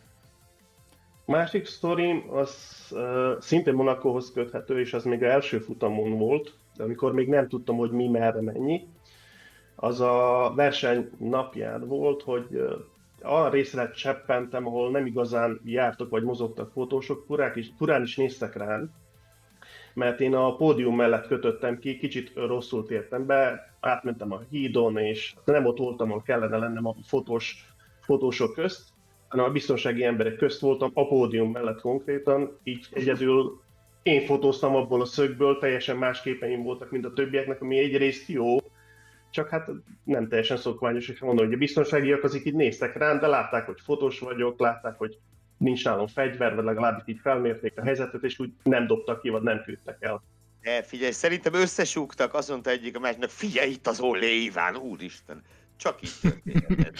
Másik sztorim, az uh, szintén Monacóhoz köthető, és az még az első futamon volt, de amikor még nem tudtam, hogy mi, merre, mennyi. Az a verseny napján volt, hogy uh, arra részre cseppentem, ahol nem igazán jártak vagy mozogtak fotósok, furák is, furán is néztek rám, mert én a pódium mellett kötöttem ki, kicsit rosszul tértem be, átmentem a hídon, és nem ott voltam, ahol kellene lennem a fotós, fotósok közt, hanem a biztonsági emberek közt voltam, a pódium mellett konkrétan, így egyedül én fotóztam abból a szögből, teljesen más képeim voltak, mint a többieknek, ami egyrészt jó, csak hát nem teljesen szokványos, és mondom, hogy a biztonságiak azok így néztek rám, de látták, hogy fotós vagyok, látták, hogy nincs nálam fegyver, vagy legalábbis így felmérték a helyzetet, és úgy nem dobtak ki, vagy nem küldtek el. De figyelj, szerintem összesúgtak, azt mondta egyik a másiknak, figyelj itt az Ollé Iván, úristen, csak így történhetett.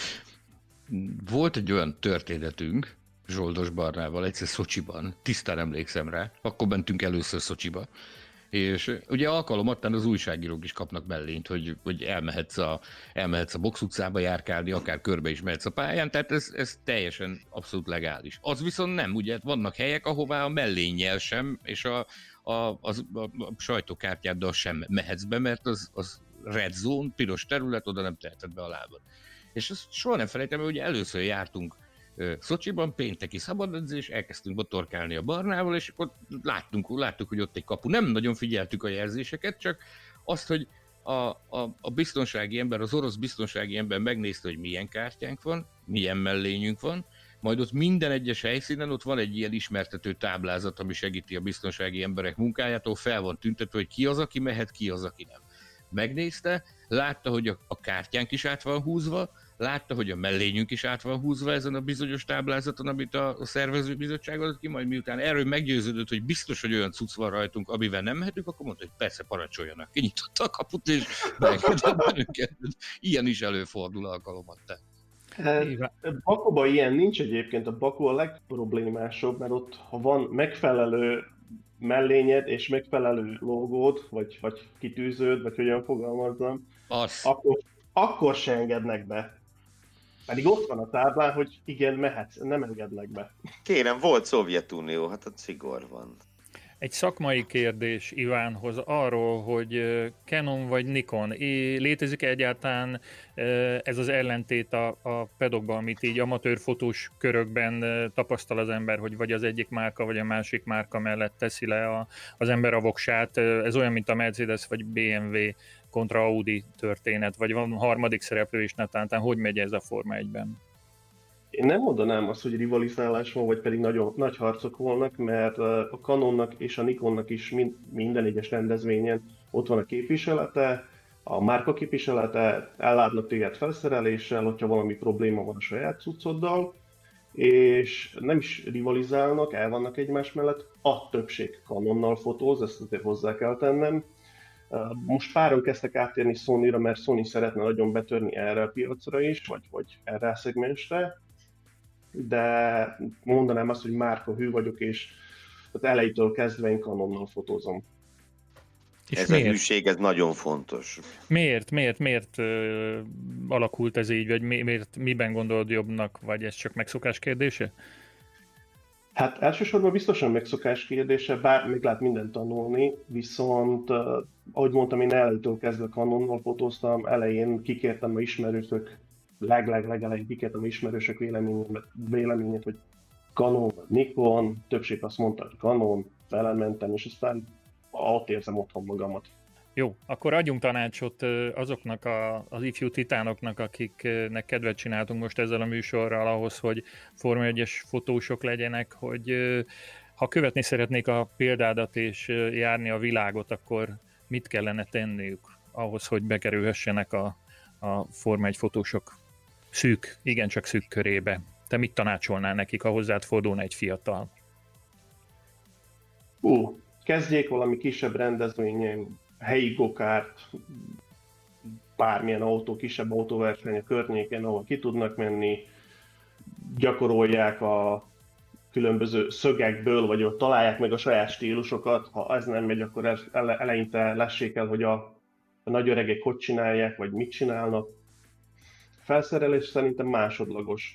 Volt egy olyan történetünk Zsoldos Barnával egyszer Szocsiban, tisztán emlékszem rá, akkor mentünk először Szocsiba, és ugye alkalomattán az újságírók is kapnak mellényt, hogy, hogy elmehetsz, a, elmehetsz a box utcába járkálni, akár körbe is mehetsz a pályán, tehát ez, ez teljesen abszolút legális. Az viszont nem, ugye vannak helyek, ahová a mellénnyel sem, és a, a, az, a, a sajtókártyáddal sem mehetsz be, mert az, az red zone, piros terület, oda nem teheted be a lábad. És azt soha nem felejtem, hogy ugye először jártunk uh, Szocsiban, pénteki szabadedzés, elkezdtünk botorkálni a Barnával, és akkor láttunk, láttuk, hogy ott egy kapu. Nem nagyon figyeltük a jelzéseket, csak azt, hogy a, a, a biztonsági ember, az orosz biztonsági ember megnézte, hogy milyen kártyánk van, milyen mellényünk van, majd ott minden egyes helyszínen ott van egy ilyen ismertető táblázat, ami segíti a biztonsági emberek munkájától, fel van tüntetve, hogy ki az, aki mehet, ki az, aki nem. Megnézte, látta, hogy a, a kártyánk is át van húzva, látta, hogy a mellényünk is át van húzva ezen a bizonyos táblázaton, amit a, a szervezőbizottság adott ki, majd miután erről meggyőződött, hogy biztos, hogy olyan cucc van rajtunk, amivel nem mehetünk, akkor mondta, hogy persze, parancsoljanak. Kinyitotta a kaput, és megengedett bennünket. Ilyen is előfordul alkalomattán. Bakuban ilyen nincs egyébként, a Baku a legproblémásabb, mert ott, ha van megfelelő mellényed és megfelelő logód, vagy, vagy kitűződ, vagy hogyan fogalmazzam, akkor, akkor se engednek be. Pedig ott van a táblán, hogy igen, mehetsz, nem engednek be. Kérem, volt Szovjetunió, hát ott szigor van. Egy szakmai kérdés Ivánhoz arról, hogy Canon vagy Nikon, létezik egyáltalán ez az ellentét a, a pedokban, amit így amatőr fotós körökben tapasztal az ember, hogy vagy az egyik márka, vagy a másik márka mellett teszi le a, az ember a voksát. Ez olyan, mint a Mercedes vagy bé em vé kontra Audi történet, vagy van harmadik szereplő is netántán. Hogy megy ez a Forma egyben? Én nem mondanám azt, hogy rivalizálás van, vagy pedig nagyon nagy harcok volnak, mert a Canonnak és a Nikonnak is mind, minden egyes rendezvényen ott van a képviselete, a márka képviselete, ellátnak téged felszereléssel, hogyha valami probléma van a saját cuccoddal, és nem is rivalizálnak, el vannak egymás mellett, a többség Canonnal fotóz, ezt azért hozzá kell tennem. Most páron kezdtek áttérni Sonyra, mert Sony szeretne nagyon betörni erre a piacra is, vagy, vagy erre a szegmensre, de mondanám azt, hogy márka hű vagyok, és Tehát elejétől kezdve én Canonnal fotózom. És ez miért? a hűség, ez nagyon fontos. Miért, miért, miért ö, alakult ez így, vagy mi, miért, miben gondolod jobbnak, vagy ez csak megszokás kérdése? Hát elsősorban biztosan megszokás kérdése, bár még lehet mindent tanulni, viszont uh, ahogy mondtam, én elejétől kezdve Canonnal fotóztam, elején kikértem a ismerősök, leg-leg-legelején kikértem a ismerősök véleményét, véleményét, hogy Canon vagy Nikon, többség azt mondta, hogy Canon, felementem, és aztán ott érzem otthon magamat. Jó, akkor adjunk tanácsot azoknak a, az ifjú titánoknak, akiknek kedvet csináltunk most ezzel a műsorral ahhoz, hogy Forma egyes fotósok legyenek, hogy ha követni szeretnék a példádat és járni a világot, akkor mit kellene tenniük ahhoz, hogy bekerülhessenek a, a Forma egy fotósok szűk, igencsak szűk körébe? Te mit tanácsolnál nekik, ha hozzád fordulna egy fiatal? Ú, kezdjék valami kisebb rendezvényen, helyi gokárt, bármilyen autó, kisebb autóverseny a környéken, ahol ki tudnak menni, gyakorolják a különböző szögekből, vagy ott találják meg a saját stílusokat. Ha ez nem megy, akkor eleinte lessék el, hogy a, a nagy öregek hogy csinálják, vagy mit csinálnak. Felszerelés szerintem másodlagos.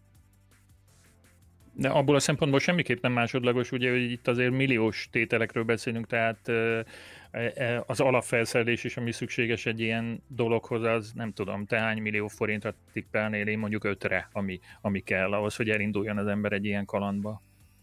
De abból a szempontból semmiképp nem másodlagos, ugye, hogy itt azért milliós tételekről beszélünk, tehát az alapfelszerelés is, ami szükséges egy ilyen dologhoz, az nem tudom, te hány millió forintra tippelnél, én mondjuk ötre, ami, ami kell ahhoz, hogy elinduljon az ember egy ilyen kalandba.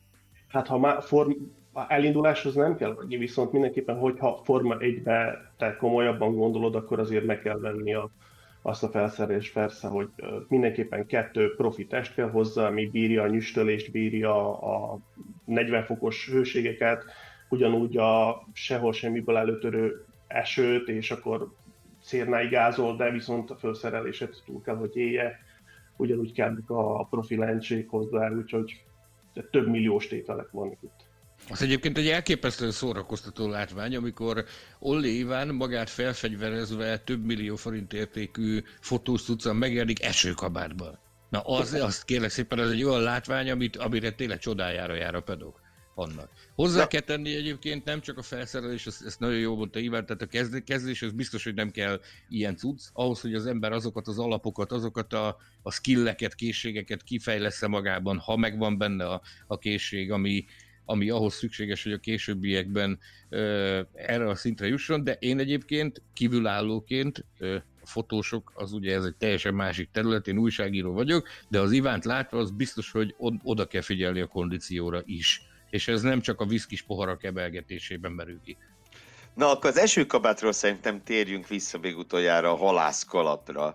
Hát ha már form, elinduláshoz nem kell adni, viszont mindenképpen, hogyha Forma egybe te komolyabban gondolod, akkor azért meg kell venni a azt a felszerelést persze, hogy mindenképpen kettő profi test kell hozzá, ami bírja a nyüstölést, bírja a negyven fokos hőségeket, ugyanúgy a sehol semmiből előtörő esőt, és akkor szérnáig gázol, de viszont a felszerelését túl kell, hogy élje. Ugyanúgy kell a profi lencsék hozzá, úgyhogy több milliós tételek vannak itt. Az egyébként egy elképesztően szórakoztató látvány, amikor Olli Iván magát felfegyverezve több millió forint értékű fotós cuccan megjelenik esőkabátban. Na az, azt kérlek szépen, ez egy olyan látvány, amit, amire tényleg csodájára jár a pedok annak. Hozzá kell tenni egyébként nem csak a felszerelés, ezt, ezt nagyon jól mondta Iván, tehát a kezdés, az biztos, hogy nem kell ilyen cucc, ahhoz, hogy az ember azokat az alapokat, azokat a, a skilleket, készségeket kifejlesz magában, ha megvan benne a, a készség, ami ami ahhoz szükséges, hogy a későbbiekben ö, erre a szintre jusson, de én egyébként kívülállóként, ö, a fotósok, az ugye ez egy teljesen másik terület, én újságíró vagyok, de az Ivánt látva az biztos, hogy oda kell figyelni a kondícióra is. És ez nem csak a viszkis poharak ebelgetésében merül ki. Na, akkor az esőkabátról szerintem térjünk vissza még utoljára a halászkalapra,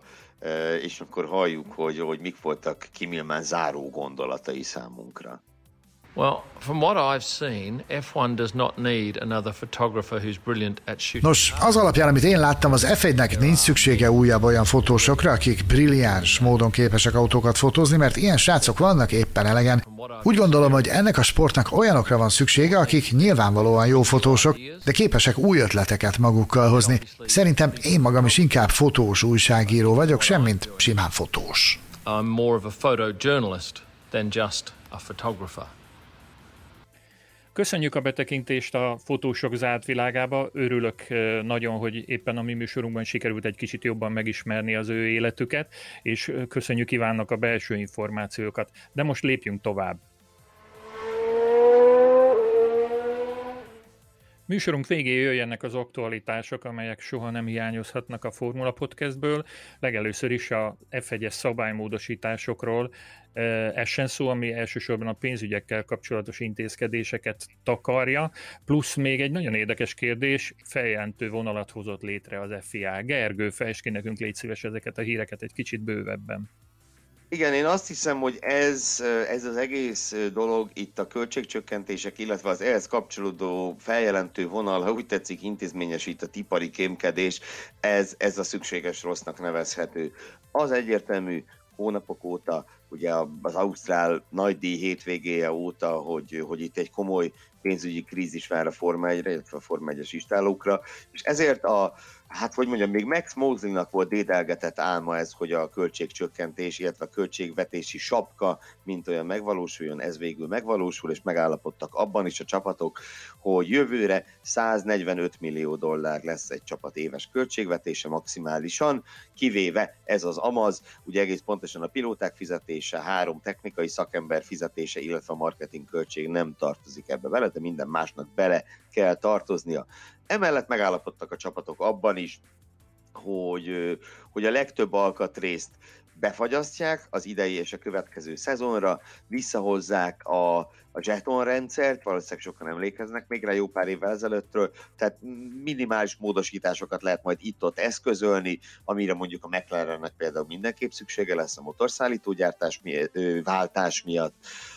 és akkor halljuk, hogy, hogy mik voltak Kim Illman záró gondolatai számunkra. Well, from what I've seen, F one does not need another photographer who's brilliant at shooting. Nos, az alapján, amit én láttam, az F egynek nincs szüksége újabb olyan fotósokra, akik brilliáns módon képesek autókat fotózni, mert ilyen srácok vannak éppen elegen. Úgy gondolom, hogy ennek a sportnak olyanokra van szüksége, akik nyilvánvalóan jó fotósok, de képesek új ötleteket magukkal hozni. Szerintem én magam is inkább fotós újságíró vagyok, semmint simán fotós. I'm more of a photojournalist than just a photographer. Köszönjük a betekintést a fotósok zárt világába. Örülök nagyon, hogy éppen a mi műsorunkban sikerült egy kicsit jobban megismerni az ő életüket, és köszönjük Ivánnak a belső információkat. De most lépjünk tovább. Műsorunk végén jöjjenek az aktualitások, amelyek soha nem hiányozhatnak a Formula Podcastből. Legelőször is a F egyes szabálymódosításokról essen szó, ami elsősorban a pénzügyekkel kapcsolatos intézkedéseket takarja, plusz még egy nagyon érdekes kérdés, feljelentő vonalat hozott létre az F I A. Gergő, fejtsd ki nekünk, légy szíves ezeket a híreket egy kicsit bővebben. Igen, én azt hiszem, hogy ez, ez az egész dolog, itt a költségcsökkentések, illetve az ehhez kapcsolódó feljelentő vonal, ha úgy tetszik, intézményesített ipari kémkedés, ez, ez a szükséges rossznak nevezhető. Az egyértelmű hónapok óta, ugye az ausztrál nagydíj hétvégéje óta, hogy, hogy itt egy komoly pénzügyi krízis vár a Forma egyre, illetve a Forma egyes istálókra, és ezért a, hát hogy mondjam, még Max Mosleynak volt dédelgetett álma ez, hogy a költségcsökkentés, illetve a költségvetési sapka mint olyan megvalósuljon, ez végül megvalósul, és megállapodtak abban is a csapatok, hogy jövőre száznegyvenöt millió dollár lesz egy csapat éves költségvetése maximálisan, kivéve ez az amaz, ugye egész pontosan a pilóták fizetése, három technikai szakember fizetése, illetve a marketing költség nem tartozik ebbe bele, de minden másnak bele kell tartoznia. Emellett megállapodtak a csapatok abban is, hogy, hogy a legtöbb alkatrészt befagyasztják az idei és a következő szezonra, visszahozzák a, a zseton rendszert, valószínűleg sokan emlékeznek még rá jó pár évvel ezelőttről, tehát minimális módosításokat lehet majd itt-ott eszközölni, amire mondjuk a McLarennek például mindenképp szüksége lesz a motorszállítógyártás miatt, váltás miatt,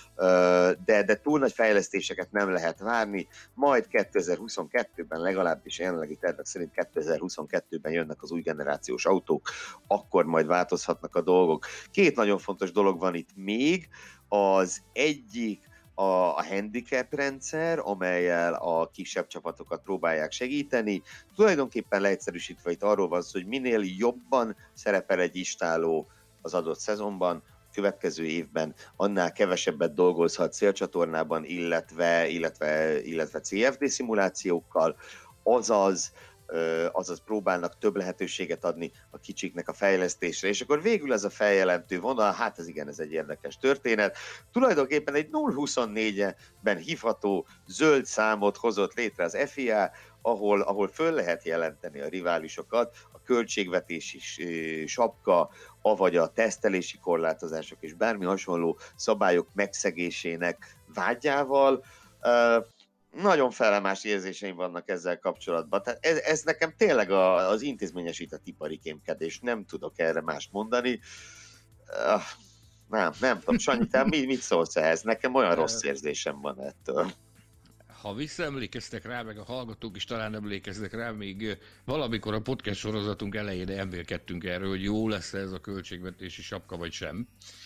De, de túl nagy fejlesztéseket nem lehet várni, majd kétezer-huszonkettőben legalábbis jelenlegi tervek szerint kétezer-huszonkettőben jönnek az új generációs autók, akkor majd változhatnak a dolgok. Két nagyon fontos dolog van itt még, az egyik a, a handicap rendszer, amellyel a kisebb csapatokat próbálják segíteni. Tulajdonképpen leegyszerűsítve itt arról van szó, hogy minél jobban szerepel egy istáló az adott szezonban, következő évben annál kevesebbet dolgozhat célcsatornában, illetve, illetve, illetve cé ef dé szimulációkkal, azaz, azaz próbálnak több lehetőséget adni a kicsiknek a fejlesztésre. És akkor végül ez a feljelentő vonal, hát ez igen, ez egy érdekes történet. Tulajdonképpen egy nulla huszonnégyben hívható zöld számot hozott létre az ef i á, ahol, ahol föl lehet jelenteni a riválisokat, a költségvetési sapka, avagy a tesztelési korlátozások és bármi hasonló szabályok megszegésének vágyával. Uh, nagyon felemás érzéseim vannak ezzel kapcsolatban. Tehát ez, ez nekem tényleg a, az intézményesített ipari kémkedés, nem tudok erre mást mondani. Uh, nem, nem tudom, Sanyi, te mit, mit szólsz ehhez? Nekem olyan rossz érzésem van ettől. Ha visszaemlékeztek rá, meg a hallgatók is talán emlékeznek rá, még valamikor a podcast sorozatunk elején elmélkedtünk erről, hogy jó lesz ez a költségvetési sapka, vagy sem.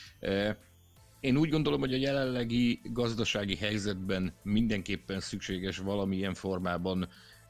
Én úgy gondolom, hogy a jelenlegi gazdasági helyzetben mindenképpen szükséges valamilyen formában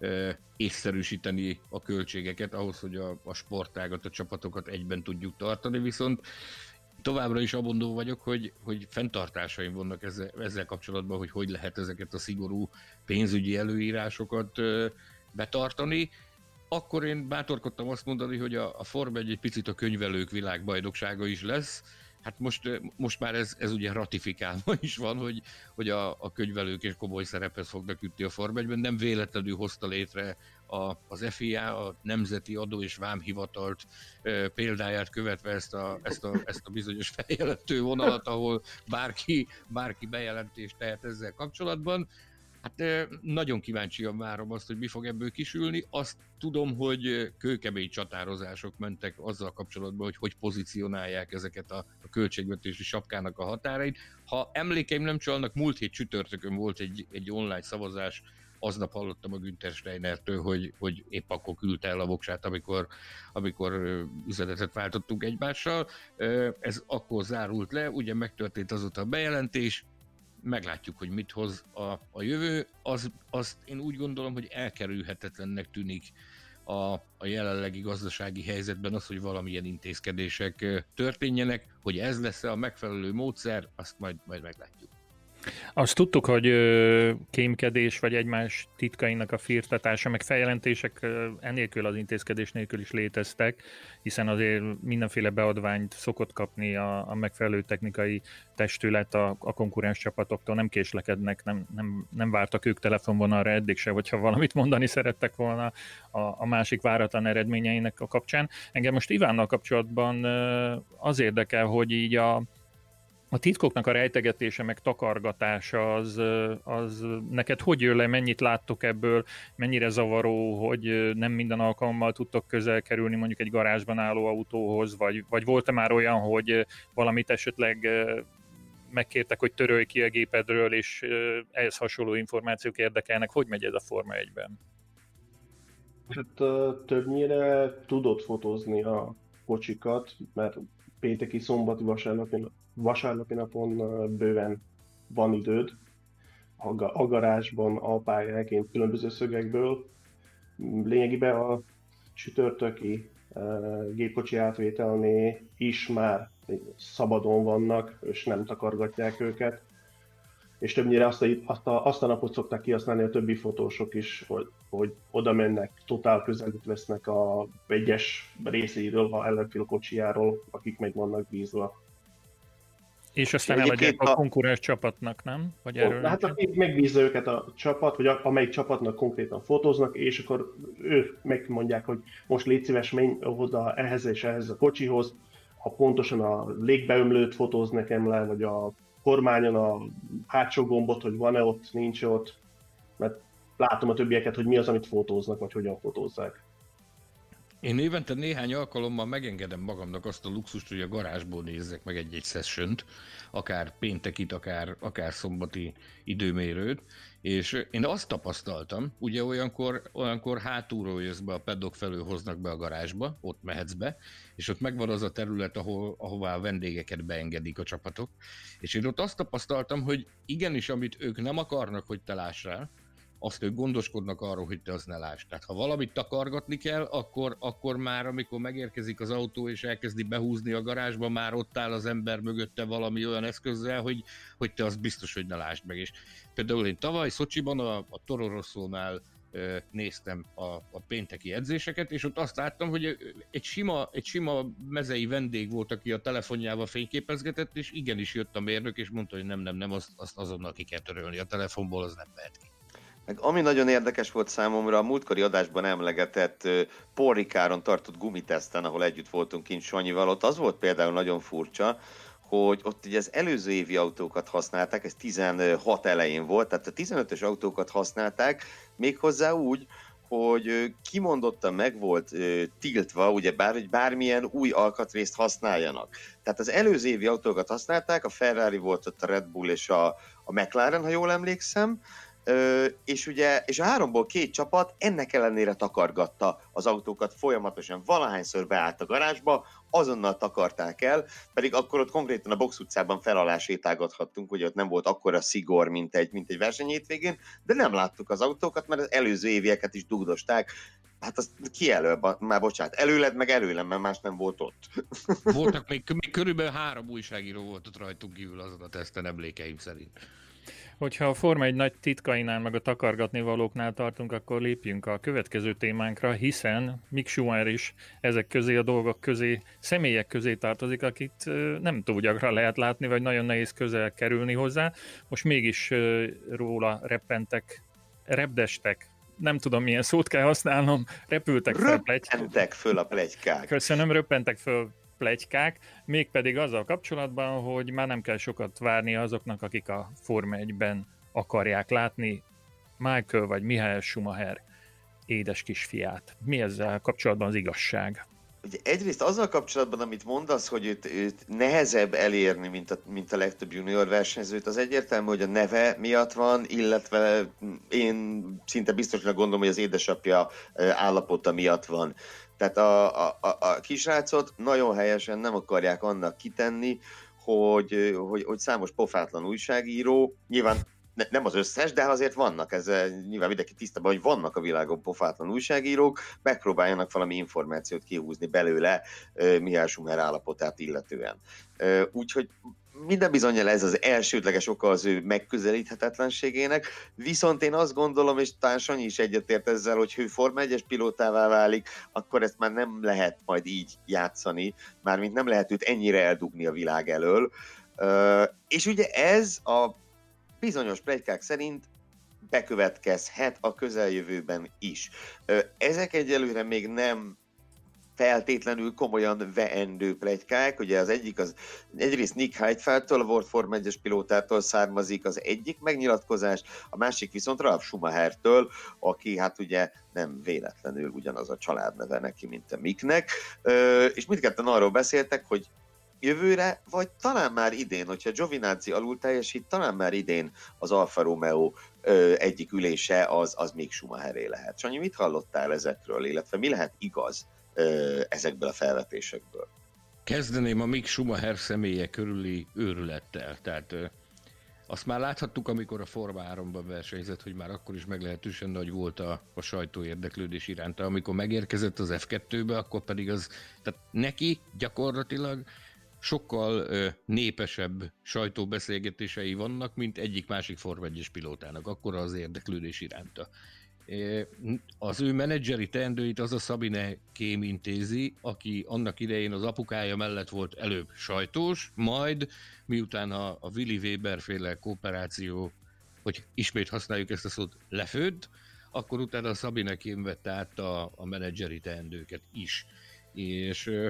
észszerűsíteni a költségeket, ahhoz, hogy a, a sportágat, a csapatokat egyben tudjuk tartani, viszont továbbra is abondó vagyok, hogy, hogy fenntartásaim vannak ezzel, ezzel kapcsolatban, hogy hogy lehet ezeket a szigorú pénzügyi előírásokat ö, betartani. Akkor én bátorkodtam azt mondani, hogy a, a Forma egy egy picit a könyvelők világbajnoksága is lesz. Hát most, most már ez, ez ugye ratifikálva is van, hogy, hogy a, a könyvelők és komoly szerephez fognak jutni a Forma egyben. Nem véletlenül hozta létre a, az ef i á, a Nemzeti Adó és Vámhivatalt e, példáját követve ezt a, ezt, a, ezt a bizonyos feljelentő vonalat, ahol bárki, bárki bejelentést tehet ezzel kapcsolatban. Hát nagyon kíváncsian várom azt, hogy mi fog ebből kisülni. Azt tudom, hogy kőkemény csatározások mentek azzal kapcsolatban, hogy hogy pozícionálják ezeket a, a költségvetési sapkának a határait. Ha emlékeim nem csalnak, múlt hét csütörtökön volt egy, egy online szavazás, aznap hallottam a Günther Steinertől, hogy, hogy épp akkor küldte el a voksát, amikor, amikor üzenetet váltottunk egymással. Ez akkor zárult le, ugye megtörtént azóta a bejelentés, meglátjuk, hogy mit hoz a, a jövő. Az, azt én úgy gondolom, hogy elkerülhetetlennek tűnik a, a jelenlegi gazdasági helyzetben az, hogy valamilyen intézkedések történjenek, hogy ez lesz a megfelelő módszer, azt majd, majd meglátjuk. Azt tudtuk, hogy ö, kémkedés vagy egymás titkainak a firtatása, meg feljelentések ö, enélkül az intézkedés nélkül is léteztek, hiszen azért mindenféle beadványt szokott kapni a, a megfelelő technikai testület a, a konkurens csapatoktól, nem késlekednek, nem, nem, nem vártak ők telefonvonalra eddig se, hogyha valamit mondani szerettek volna a, a másik váratlan eredményeinek a kapcsán. Engem most Ivánnal kapcsolatban ö, az érdekel, hogy így a A titkoknak a rejtegetése, meg takargatása, az, az neked hogy jön le, mennyit láttok ebből, mennyire zavaró, hogy nem minden alkalommal tudtok közel kerülni mondjuk egy garázsban álló autóhoz, vagy, vagy volt-e már olyan, hogy valamit esetleg megkértek, hogy törölj ki a gépedről, és ehhez hasonló információk érdekelnek, hogy megy ez a Forma egyben? Hát többnyire tudod fotózni a kocsikat, mert pénteki, szombati, vasárnapi vasárnapi napon bőven van időd, a garázsban, a pályáként, különböző szögekből. Lényegében a csütörtöki gépkocsi átvételnél is már szabadon vannak, és nem takargatják őket. És többnyire azt a, azt a, azt a napot szokták kihasználni a többi fotósok is, hogy, hogy oda mennek, totál közelít vesznek a egyes részéről, a ellenfél kocsijáról, akik meg vannak bízva. És aztán eladják a konkurens csapatnak, nem? Vagy erről oh, hát akik megbízza őket a csapat, vagy amelyik csapatnak konkrétan fotóznak, és akkor ők megmondják, hogy most légy szíves, menj oda ehhez és ehhez a kocsihoz, ha pontosan a légbeömlőt fotóz nekem le, vagy a kormányon a hátsó gombot, hogy van-e ott, nincs ott, mert látom a többieket, hogy mi az, amit fotóznak, vagy hogyan fotózzák. Én évente néhány alkalommal megengedem magamnak azt a luxust, hogy a garázsból nézzek meg egy-egy sessiont, akár péntekit, akár, akár szombati időmérőt, és én azt tapasztaltam, ugye olyankor, olyankor hátulról jössz be, a paddock felől hoznak be a garázsba, ott mehetsz be, és ott megvan az a terület, ahol, ahová a vendégeket beengedik a csapatok, és én ott azt tapasztaltam, hogy igenis, amit ők nem akarnak, hogy te lássál, azt ők gondoskodnak arról, hogy te azt ne lásd. Tehát ha valamit takargatni kell, akkor, akkor már, amikor megérkezik az autó és elkezdi behúzni a garázsba, már ott áll az ember mögötte valami olyan eszközzel, hogy, hogy te azt biztos, hogy ne lásd meg. És például én tavaly Szocsiban a, a Toro Rossónál ö, néztem a, a pénteki edzéseket, és ott azt láttam, hogy egy sima, egy sima mezei vendég volt, aki a telefonjával fényképezgetett, és igenis jött a mérnök, és mondta, hogy nem, nem, nem, azt, azt azonnal ki kell törölni a telefonból, az nem mehet ki. Meg ami nagyon érdekes volt számomra, a múltkori adásban emlegetett Paul Ricardon tartott gumiteszten, ahol együtt voltunk kint Sanyival, ott az volt például nagyon furcsa, hogy ott ugye az előző évi autókat használták, ez tizenhat elején volt, tehát a tizenötös autókat használták, méghozzá úgy, hogy kimondottan meg volt tiltva, ugye bár, hogy bármilyen új alkatrészt használjanak. Tehát az előző évi autókat használták, a Ferrari volt ott, a Red Bull és a, a McLaren, ha jól emlékszem, Ö, és ugye, és a háromból két csapat ennek ellenére takargatta az autókat folyamatosan, valahányszor beállt a garázsba, azonnal takarták el, pedig akkor ott konkrétan a Box utcában fel alá sétálgathattunk, ugye ott nem volt akkora szigor, mint egy, mint egy versenyhétvégén, de nem láttuk az autókat, mert az előző évieket is dugdosták. Hát azt ki elő, már bocsánat, előled meg előlem, mert más nem volt ott. Voltak még, még körülbelül három újságíró volt ott rajtunk kívül azon a teszten, emlékeim szerint. Hogyha a Forma egy nagy titkainál meg a takargatni valóknál tartunk, akkor lépjünk a következő témánkra, hiszen Mick Schumacher is ezek közé a dolgok közé, személyek közé tartozik, akit nem túl gyakran lehet látni, vagy nagyon nehéz közel kerülni hozzá. Most mégis róla reppentek, repdestek, nem tudom milyen szót kell használnom, repültek fel a pletykák. Röppentek föl a pletykák. Köszönöm, röppentek föl pletykák, mégpedig azzal kapcsolatban, hogy már nem kell sokat várni azoknak, akik a Forma egyben akarják látni Michael vagy Michael Schumacher édes kisfiát. Mi ezzel kapcsolatban az igazság? Ugye egyrészt azzal kapcsolatban, amit mondasz, hogy őt, őt nehezebb elérni, mint a, mint a legtöbb junior versenyzőt, az egyértelmű, hogy a neve miatt van, illetve én szinte biztosnak gondolom, hogy az édesapja állapota miatt van. Tehát a, a, a kisrácot nagyon helyesen nem akarják annak kitenni, hogy, hogy, hogy számos pofátlan újságíró, nyilván ne, nem az összes, de azért vannak, ez nyilván mindenki tisztában, hogy vannak a világon pofátlan újságírók, megpróbáljanak valami információt kihúzni belőle uh, Michael Schumacher állapotát illetően. Uh, úgyhogy minden bizonnyal ez az elsődleges oka az ő megközelíthetetlenségének, viszont én azt gondolom, és talán Sanyi is egyetért ezzel, hogy ő Forma egyes pilótává válik, akkor ezt már nem lehet majd így játszani, mármint nem lehet őt ennyire eldugni a világ elől. Uh, és ugye ez a bizonyos pletykák szerint bekövetkezhet a közeljövőben is. Uh, ezek egyelőre még nem feltétlenül komolyan veendő pletykák, ugye az egyik az egyrészt Nick Heidfeldtől, a World Forma egyes pilótától származik az egyik megnyilatkozás, a másik viszont Ralf Schumachertől, aki hát ugye nem véletlenül ugyanaz a családneve neki, mint a Micknek, és mindketten arról beszéltek, hogy jövőre, vagy talán már idén, hogyha Giovinazzi alul teljesít, talán már idén az Alfa Romeo ö, egyik ülése az, az még Schumacheré lehet. Sanyi, mit hallottál ezekről, illetve mi lehet igaz ö, ezekből a felvetésekből? Kezdeném a Mick Schumacher személye körüli őrülettel. Tehát azt már láthattuk, amikor a Forma háromban versenyzett, hogy már akkor is meglehetősen nagy volt a, a sajtó érdeklődés iránta. Amikor megérkezett az ef kettőbe, akkor pedig az, tehát neki gyakorlatilag sokkal ö, népesebb sajtóbeszélgetései vannak, mint egyik másik Forma egyes pilótának. Akkora az érdeklődés iránta. Az ő menedzseri teendőit az a Sabine Kehm intézi, aki annak idején az apukája mellett volt előbb sajtós, majd miután a, a Willy Weber féle kooperáció, hogy ismét használjuk ezt a szót, lefőtt, akkor utána a Sabine Kehm vette át a, a menedzseri teendőket is. És ö,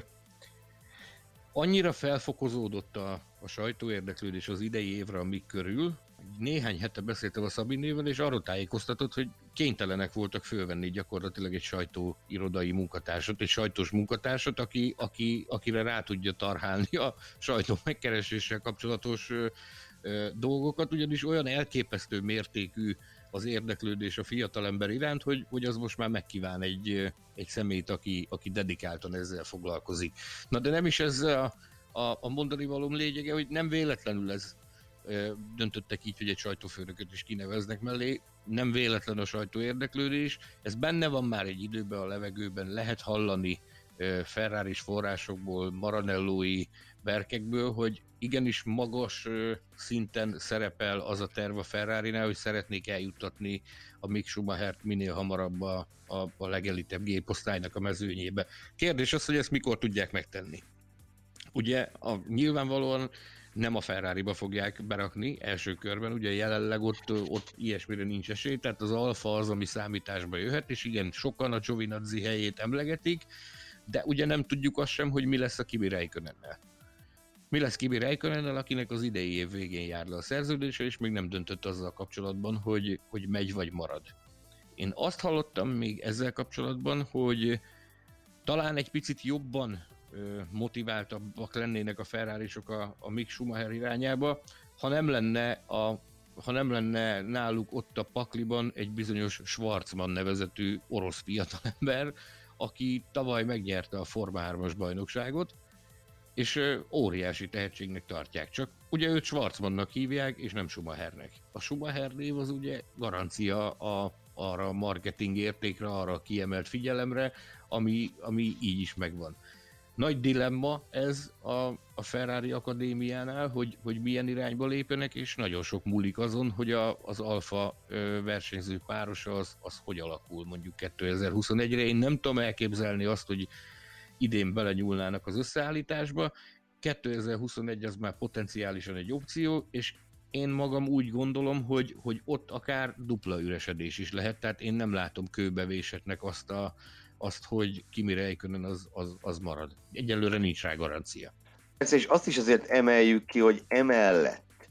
annyira felfokozódott a, a sajtóérdeklődés az idei évre a Mick körül, néhány hete beszéltem a Sabinével, és arról tájékoztatott, hogy kénytelenek voltak fölvenni gyakorlatilag egy sajtóirodai munkatársat, egy sajtós munkatársat, aki, aki, akire rá tudja tarhálni a sajtó megkereséssel kapcsolatos ö, ö, dolgokat, ugyanis olyan elképesztő mértékű az érdeklődés a fiatalember iránt, hogy, hogy az most már megkíván egy, egy személyt, aki, aki dedikáltan ezzel foglalkozik. Na de nem is ez a, a, a mondani valóm lényege, hogy nem véletlenül ez döntöttek így, hogy egy sajtófőnököt is kineveznek mellé. Nem véletlen a sajtó érdeklődés. Ez benne van már egy időben a levegőben, lehet hallani Ferraris forrásokból, Maranellói berkekből, hogy igenis magas szinten szerepel az a terv a Ferrarinál, hogy szeretnék eljuttatni a Mick Schumachert minél hamarabb a, a, a legelitebb géposztálynak a mezőnyébe. Kérdés az, hogy ezt mikor tudják megtenni. Ugye a, nyilvánvalóan nem a Ferrariba fogják berakni első körben, ugye jelenleg ott, ott ilyesmire nincs esély, tehát az Alfa az, ami számításba jöhet, és igen, sokan a Giovinazzi helyét emlegetik, de ugye nem tudjuk azt sem, hogy mi lesz a Kimi Räikkönennel. Mi lesz Kimi Räikkönennel, akinek az idei év végén jár le a szerződése, és még nem döntött azzal kapcsolatban, hogy, hogy megy vagy marad. Én azt hallottam még ezzel kapcsolatban, hogy talán egy picit jobban motiváltabbak lennének a Ferrarisok a, a Mick Schumacher irányába, ha nem lenne a ha nem lenne náluk ott a pakliban egy bizonyos Schwarzman nevezetű orosz fiatalember, aki tavaly megnyerte a Forma hármas bajnokságot, és óriási tehetségnek tartják, csak ugye őt Schwarzmannak hívják, és nem Schumachernek. A Schumacher név az ugye garancia a, arra a marketing értékre, arra a kiemelt figyelemre, ami, ami így is megvan. Nagy dilemma ez a, a Ferrari Akadémiánál, hogy, hogy milyen irányba lépenek, és nagyon sok múlik azon, hogy a, az Alfa versenyző párosa az, az hogy alakul mondjuk kétezer-huszonegyre. Én nem tudom elképzelni azt, hogy idén belenyúlnának az összeállításba. kétezer-huszonegy az már potenciálisan egy opció, és én magam úgy gondolom, hogy, hogy ott akár dupla üresedés is lehet, tehát én nem látom kőbevésetnek azt a azt, hogy Kimi Räikkönen az, az, az marad. Egyelőre nincs rá garancia. És azt is azért emeljük ki, hogy emellett,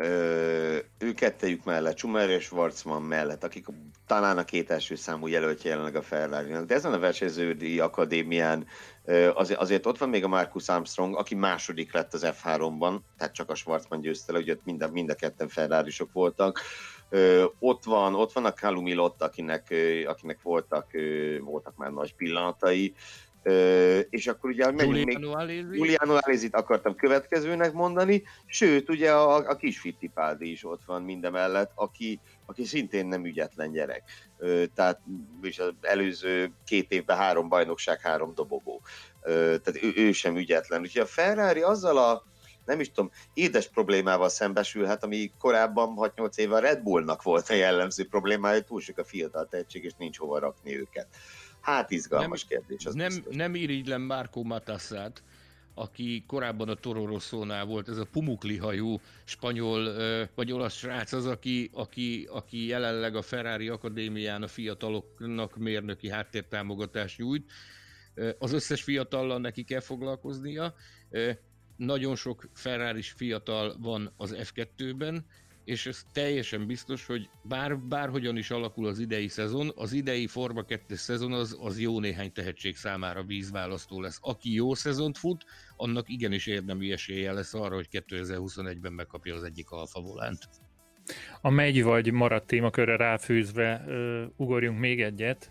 ö, ő kettejük mellett, Schumacher és Schwarzman mellett, akik talán a két első számú jelöltje jelenleg a Ferrarinak, de ezen a versenyzői akadémián ö, azért, azért ott van még a Marcus Armstrong, aki második lett az ef háromban, tehát csak a Schwarzman győzte le, ugye mind a, mind a ketten Ferrarisok voltak. Ö, ott van, ott van a Callum Ilott, akinek, ö, akinek voltak, ö, voltak már nagy pillanatai, ö, és akkor ugye Giuliano Alesi-t akartam következőnek mondani, sőt ugye a, a kis Fittipaldi is ott van mindemellett, aki, aki szintén nem ügyetlen gyerek. Ö, tehát és az előző két évben három bajnokság, három dobogó. Ö, tehát ő, ő sem ügyetlen. Úgyhogy a Ferrari azzal a nem is tudom, édes problémával szembesülhet, ami korábban hat-nyolc éve a Red Bullnak volt a jellemző problémája, hogy túl sok a fiatal tehetség, és nincs hova rakni őket. Hát izgalmas nem, kérdés. Az nem, nem irigylem Marco Matassát, aki korábban a Toro Rossónál volt, ez a pumukli hajú spanyol vagy olasz srác az, aki, aki, aki jelenleg a Ferrari Akadémián a fiataloknak mérnöki háttértámogatást nyújt. Az összes fiatallal neki kell foglalkoznia. Nagyon sok Ferraris fiatal van az ef kettőben, és ez teljesen biztos, hogy bár, bárhogyan is alakul az idei szezon, az idei Forma kettes szezon az, az jó néhány tehetség számára vízválasztó lesz. Aki jó szezont fut, annak igenis érdemi esélye lesz arra, hogy kétezer-huszonegyben megkapja az egyik Alfa volánt. A megy vagy maradt témakörre ráfűzve uh, ugorjunk még egyet.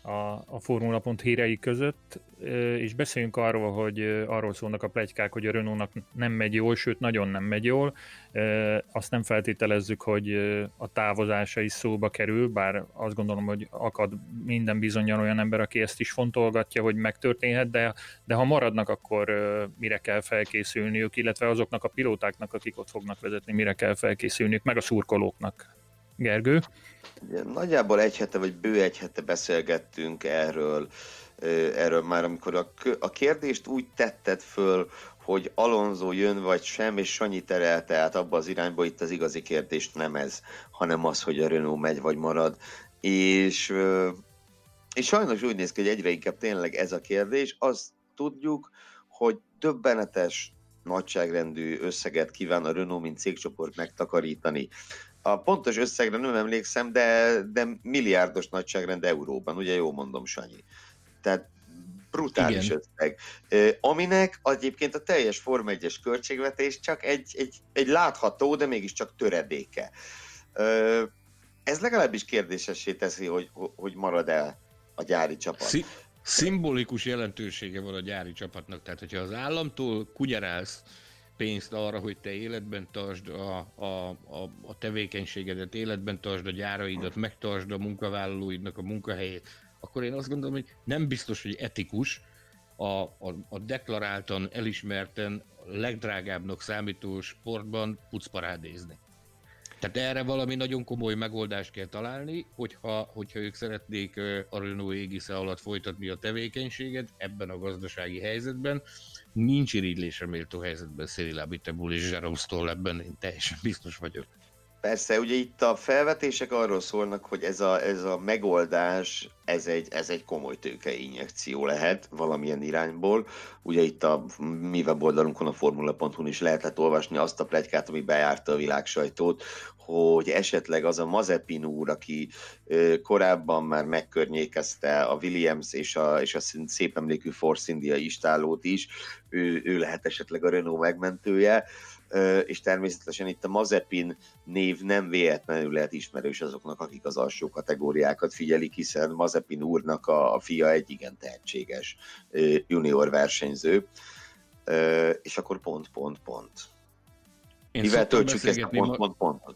a, a Formula pont hírei között, és beszéljünk arról, hogy arról szólnak a pletykák, hogy a Renault-nak nem megy jól, sőt nagyon nem megy jól. Azt nem feltételezzük, hogy a távozása is szóba kerül, bár azt gondolom, hogy akad minden bizonnyal olyan ember, aki ezt is fontolgatja, hogy megtörténhet, de, de ha maradnak, akkor mire kell felkészülniük, illetve azoknak a pilótáknak, akik ott fognak vezetni, mire kell felkészülniük, meg a szurkolóknak. Gergő? Nagyjából egy hete, vagy bő egy hete beszélgettünk erről, erről már, amikor a, a kérdést úgy tetted föl, hogy Alonso jön vagy sem, és Sanyi terelte át abba az irányba, itt az igazi kérdést nem ez, hanem az, hogy a Renault megy vagy marad. És, és sajnos úgy néz ki, hogy egyre inkább tényleg ez a kérdés. Azt tudjuk, hogy döbbenetes nagyságrendű összeget kíván a Renault, mint cégcsoport megtakarítani. A pontos összegre nem emlékszem, de, de milliárdos nagyságrend euróban, ugye jól mondom, Sanyi. Tehát brutális Igen. összeg. Aminek egyébként a teljes Forma egyes költségvetés csak egy, egy, egy látható, de mégiscsak töredéke. Ez legalábbis kérdésessé teszi, hogy, hogy marad el a gyári csapat. Szi- szimbolikus jelentősége van a gyári csapatnak, tehát hogyha az államtól kugyarálsz pénzt arra, hogy te életben tartsd a, a, a, a tevékenységedet, életben tartsd a gyáraidat, megtartsd a munkavállalóidnak a munkahelyét, akkor én azt gondolom, hogy nem biztos, hogy etikus a, a, a deklaráltan, elismerten legdrágábbnak számító sportban pucparádézni. Tehát erre valami nagyon komoly megoldást kell találni, hogyha, hogyha ők szeretnék a Renault égisze alatt folytatni a tevékenységet ebben a gazdasági helyzetben. Nincs irigylésre méltó helyzetben Cyril Abiteboul és Jérôme Stoll, ebben én teljesen biztos vagyok. Persze, ugye itt a felvetések arról szólnak, hogy ez a, ez a megoldás, ez egy, ez egy komoly tőkeinjekció lehet valamilyen irányból. Ugye itt a mi weboldalunkon, a formula pont hu-n is lehetett olvasni azt a pletykát, ami bejárta a világsajtót, hogy esetleg az a Mazepin úr, aki korábban már megkörnyékezte a Williams és a, és a szép emlékű Force India istálót is, ő, ő lehet esetleg a Renault megmentője, és természetesen itt a Mazepin név nem véletlenül lehet ismerős azoknak, akik az alsó kategóriákat figyelik, hiszen Mazepin úrnak a, a fia egy igen tehetséges junior versenyző, és akkor pont, pont, pont. Én Mivel töltsük ezt a pont, ma... pont, pontot?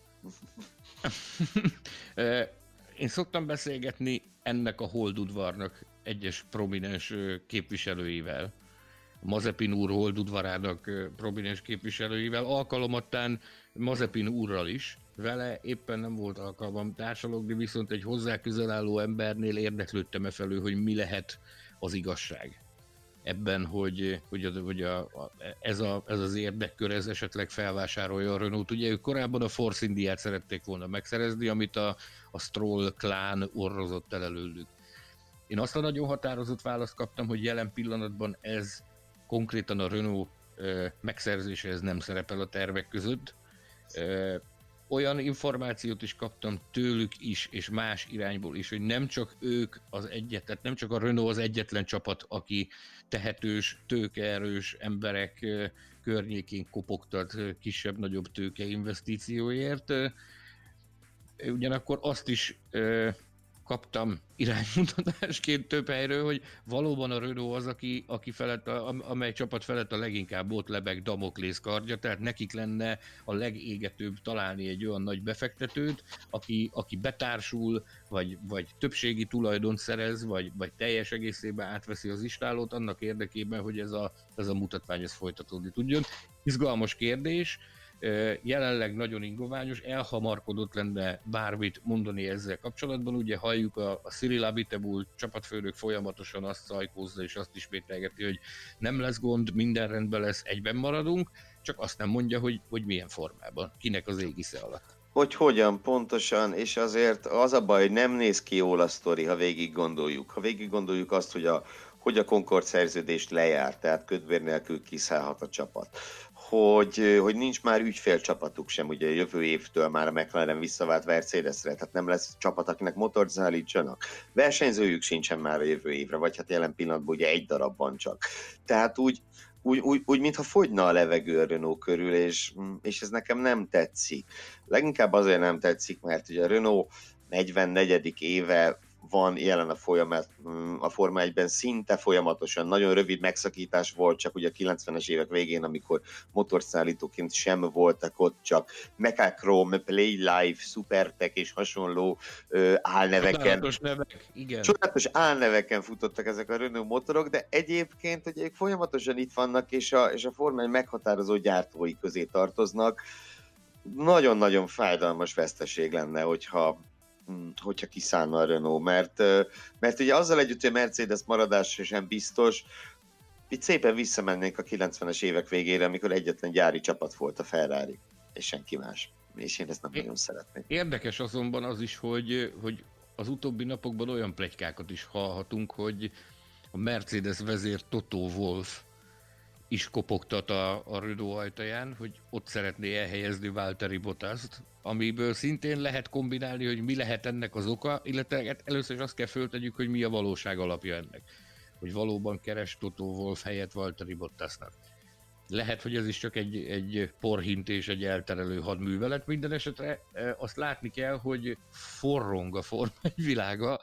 Én szoktam beszélgetni ennek a holdudvarnak egyes prominens képviselőivel, Mazepin úr holdudvarának prominens képviselőivel, alkalomattán Mazepin úrral is. Vele éppen nem volt alkalmam társalogni, viszont egy hozzá közel álló embernél érdeklődtem e felől, hogy mi lehet az igazság ebben, hogy, hogy, a, hogy a, a, ez, a, ez az érdekkör ez esetleg felvásárolja a Renault. Ugye ők korábban a Force Indiát szerették volna megszerezni, amit a, a Stroll klán orrozott el előlük. Én azt a nagyon határozott választ kaptam, hogy jelen pillanatban ez konkrétan a Renault ö, megszerzése ez nem szerepel a tervek között. Ö, olyan információt is kaptam tőlük is, és más irányból is, hogy nem csak ők az egyetlen, nem csak a Renault az egyetlen csapat, aki tehetős, tőkeerős emberek ö, környékén kopogtat kisebb-nagyobb tőkeinvestícióért. Ö, ugyanakkor azt is ö, kaptam iránymutatásként több helyről, hogy valóban a Renault az, aki, aki felett a, amely csapat felett a leginkább ott lebeg Damoklész kardja, tehát nekik lenne a legégetőbb találni egy olyan nagy befektetőt, aki, aki betársul, vagy, vagy többségi tulajdont szerez, vagy, vagy teljes egészében átveszi az istálót annak érdekében, hogy ez a, ez a mutatvány ez folytatódni tudjon. Izgalmas kérdés, jelenleg nagyon ingoványos, elhamarkodott lenne bármit mondani ezzel kapcsolatban. Ugye halljuk a, a Cyril Abiteboul csapatfőnök folyamatosan azt szajkózza és azt ismételgeti, hogy nem lesz gond, minden rendben lesz, egyben maradunk, csak azt nem mondja, hogy, hogy milyen formában, kinek az égisze alatt. Hogy hogyan pontosan, és azért az a baj, hogy nem néz ki jól a sztori, ha végig gondoljuk. Ha végig gondoljuk azt, hogy a, hogy a Concord szerződést lejárt, tehát kötvér nélkül kiszállhat a csapat. Hogy, hogy nincs már ügyfélcsapatuk sem, ugye jövő évtől már a McLaren visszavált Mercedesre, tehát nem lesz csapat, akinek motort szállítsanak. Versenyzőjük sincsen már a jövő évre, vagy hát jelen pillanatban ugye egy darab van csak. Tehát úgy, úgy, úgy, úgy mintha fogyna a levegő a Renault körül, és, és ez nekem nem tetszik. Leginkább azért nem tetszik, mert ugye a Renault negyvennegyedik éve van jelen a folyamat a Forma egyben szinte folyamatosan. Nagyon rövid megszakítás volt csak ugye a kilencvenes évek végén, amikor motorszállítóként sem voltak ott, csak Mechachrome, Playlife, Supertech és hasonló ö, álneveken. Csodálatos nevek, igen. Csodálatos álneveken futottak ezek a Renault motorok, de egyébként ugye folyamatosan itt vannak, és a, és a Forma egy meghatározó gyártói közé tartoznak. Nagyon-nagyon fájdalmas veszteség lenne, hogyha hogyha kiszállna a Renault, mert, mert ugye azzal együtt, hogy a Mercedes maradása sem biztos, itt szépen visszamennénk a kilencvenes évek végére, amikor egyetlen gyári csapat volt a Ferrari, és senki más. És én ezt nem nagyon szeretném. Érdekes azonban az is, hogy, hogy az utóbbi napokban olyan pletykákat is hallhatunk, hogy a Mercedes vezér Toto Wolff is kopogtat a, a Renault ajtaján, hogy ott szeretné elhelyezni Valtteri Bottaszt, amiből szintén lehet kombinálni, hogy mi lehet ennek az oka, illetve először is azt kell föltegyük, hogy mi a valóság alapja ennek. Hogy valóban keres Toto Wolff helyett Valtteri Bottasnak. Lehet, hogy ez is csak egy, egy porhint és egy elterelő hadművelet. Minden esetre azt látni kell, hogy forrong a Forma egy világa,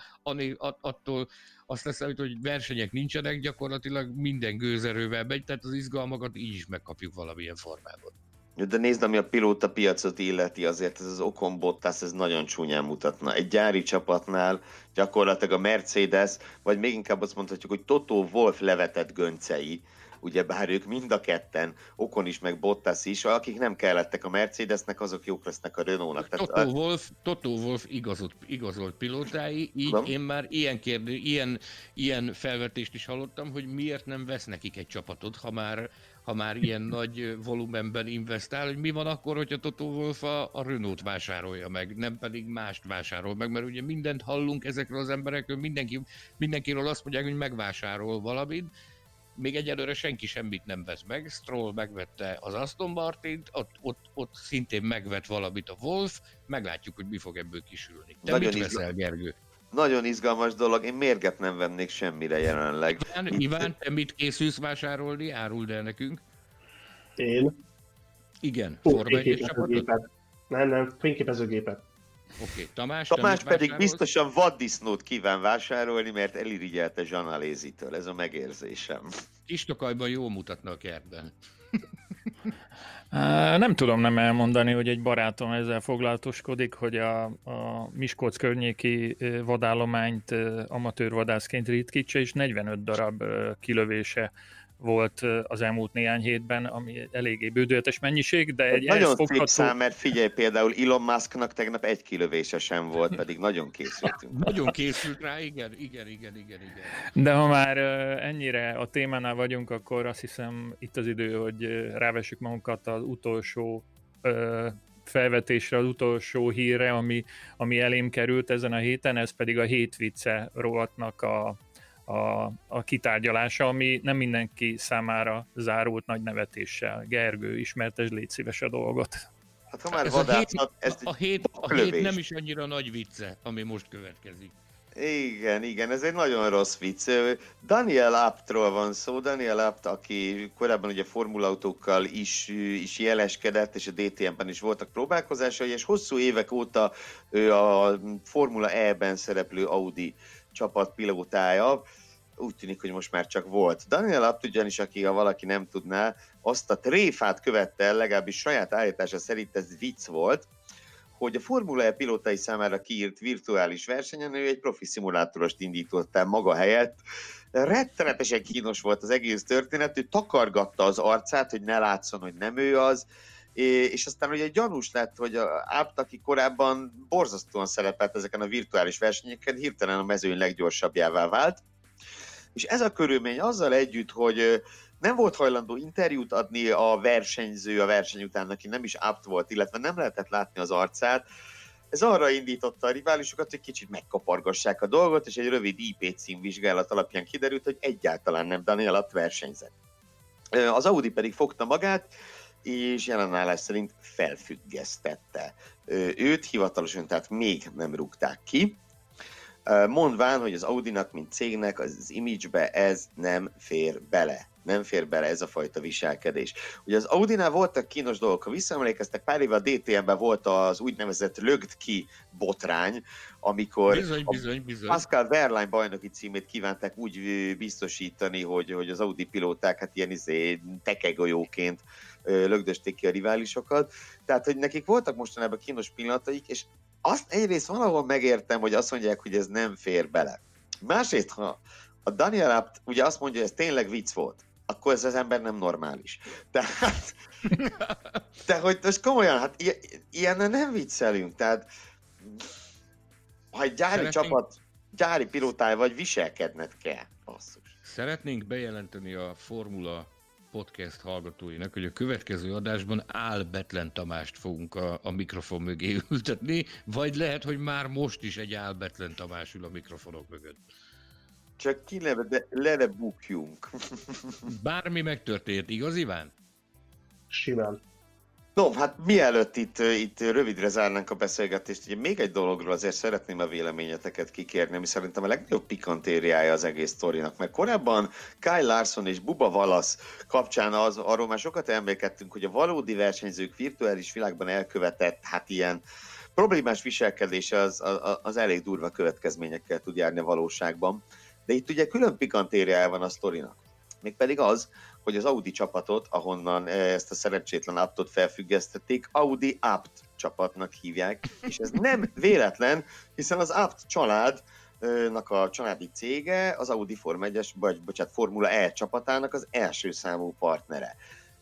attól azt lesz, hogy versenyek nincsenek, gyakorlatilag minden gőzerővel megy, tehát az izgalmakat így is megkapjuk valamilyen formában. De nézd, ami a pilóta piacot illeti, azért ez az Ocon Bottas, ez nagyon csúnyán mutatna. Egy gyári csapatnál gyakorlatilag a Mercedes, vagy még inkább azt mondhatjuk, hogy Toto Wolff levetett göncei, ugyebár ők mind a ketten, Ocon is, meg Bottas is, akik nem kellettek a Mercedesnek, azok jók lesznek a Renault-nak. Toto, a... Wolff, Toto Wolff igazolt, igazolt pilótái, így nem? Én már ilyen, kérdő, ilyen, ilyen felvetést is hallottam, hogy miért nem vesz nekik egy csapatot, ha már, ha már ilyen nagy volumenben investál, hogy mi van akkor, hogyha Toto Wolff a, a Renault vásárolja meg, nem pedig mást vásárol meg, mert ugye mindent hallunk ezekről az emberekről, mindenki, mindenkiről azt mondják, hogy megvásárol valamit, még egyelőre senki semmit nem vesz meg, Stroll megvette az Aston Martint, ott, ott, ott szintén megvett valamit a Wolff, meglátjuk, hogy mi fog ebből kisülni. Te Nagyon mit veszel, izgal... Gergő? Nagyon izgalmas dolog, én mérget nem vennék semmire jelenleg. Iván, Itt... Iván, te mit készülsz vásárolni? Áruld el nekünk. Én? Igen, Ó, Forma egyes csapatot? Nem, nem, fényképezőgépet. Oké, okay. Tamás, Tamás pedig vásárolsz? Biztosan vaddisznót kíván vásárolni, mert elirigyelte Jean Alesi-től, ez a megérzésem. Kistokajban jól mutatna a kertben. Nem tudom nem elmondani, hogy egy barátom ezzel foglalatoskodik, hogy a, a Miskolc környéki vadállományt amatőr vadászként ritkítsa, és negyvenöt darab kilövése volt az elmúlt néhány hétben, ami eléggé bődületes mennyiség, de egy nagyon fogható... szép szám, mert figyelj, például Elon Musknak tegnap egy kilövése sem volt, pedig nagyon készültünk. Nagyon készült rá, igen, igen, igen, igen, igen. De ha már ennyire a témánál vagyunk, akkor azt hiszem itt az idő, hogy rávessük magunkat az utolsó felvetésre, az utolsó hírre, ami, ami elém került ezen a héten, ez pedig a hét vicce rovatnak a A, a kitárgyalása, ami nem mindenki számára zárult nagy nevetéssel. Gergő, ismertesd, légy szíves a dolgot. Hát ha már vadászat, ez a, hét, a hét nem is annyira nagy vicce, ami most következik. Igen, igen, ez egy nagyon rossz vicc. Daniel Abtról van szó, Daniel Abt, aki korábban ugye formulautókkal is, is jeleskedett, és a dé té em-ben is voltak próbálkozásai, és hosszú évek óta ő a Formula E-ben szereplő Audi csapat pilótája, úgy tűnik, hogy most már csak volt. Daniel Abt ugyanis, aki, ha valaki nem tudná, azt a tréfát követte el, legalábbis saját állítása szerint ez vicc volt, hogy a Formula E pilótai számára kiírt virtuális versenyen ő egy profi szimulátorost indított el maga helyett. Rettenetesen kínos volt az egész történet, ő takargatta az arcát, hogy ne látszon, hogy nem ő az, és aztán ugye gyanús lett, hogy a Abt, aki korábban borzasztóan szerepelt ezeken a virtuális versenyeken, hirtelen a mezőny leggyorsabbjává vált. És ez a körülmény azzal együtt, hogy nem volt hajlandó interjút adni a versenyző a verseny után, aki nem is Abt volt, illetve nem lehetett látni az arcát, ez arra indította a riválisokat, hogy kicsit megkapargassák a dolgot, és egy rövid i pé címvizsgálat alapján kiderült, hogy egyáltalán nem Daniel Abt versenyzett. Az Audi pedig fogta magát, és jelenállás szerint felfüggesztette őt, hivatalosan tehát még nem rúgták ki, mondván, hogy az Audinak, mint cégnek az image-be ez nem fér bele. nem fér bele ez a fajta viselkedés. Ugye az Audinál voltak kínos dolgok, ha visszaemlékeztek, pár éve a dé té em-ben volt az úgynevezett lögd ki botrány, amikor bizony, bizony, bizony. Pascal Wehrlein bajnoki címét kívánták úgy biztosítani, hogy, hogy az Audi pilóták hát ilyen izé, tekegolyóként lögdösték ki a riválisokat. Tehát, hogy nekik voltak mostanában kínos pillanataik, és azt egyrészt valahol megértem, hogy azt mondják, hogy ez nem fér bele. Másrészt, ha a Daniel Abt ugye azt mondja, hogy ez tényleg vicc volt, akkor ez az ember nem normális. Tehát, de hogy most komolyan, hát ilyennel nem viccelünk, tehát ha egy gyári Szeretnénk... csapat, gyári pilótája vagy, viselkedned kell. Basszus. Szeretnénk bejelenteni a Formula podcast hallgatóinak, hogy a következő adásban Ál Betlen Tamást fogunk a, a mikrofon mögé ültetni, vagy lehet, hogy már most is egy Ál Betlen Tamás ül a mikrofonok mögött. Csak ki le, de le ne bukjunk. Bármi megtörtént, igaz, Iván? Simán. No, hát mielőtt itt, itt rövidre zárnánk a beszélgetést, ugye még egy dologról azért szeretném a véleményeteket kikérni, ami szerintem a legnagyobb pikantériája az egész sztorinak, mert korábban Kyle Larson és Bubba Wallace kapcsán az, arról már sokat emlékeztünk, hogy a valódi versenyzők virtuális világban elkövetett, hát ilyen problémás viselkedése az, az, az elég durva következményekkel tud járni a valóságban. De itt ugye külön pikantériája van a sztorinak. Mégpedig az, hogy az Audi csapatot, ahonnan ezt a szerencsétlen Abtot felfüggesztették, Audi Abt csapatnak hívják, és ez nem véletlen, hiszen az Abt családnak a családi cége az Audi Forma egyes, vagy bocsánat, Formula E csapatának az első számú partnere.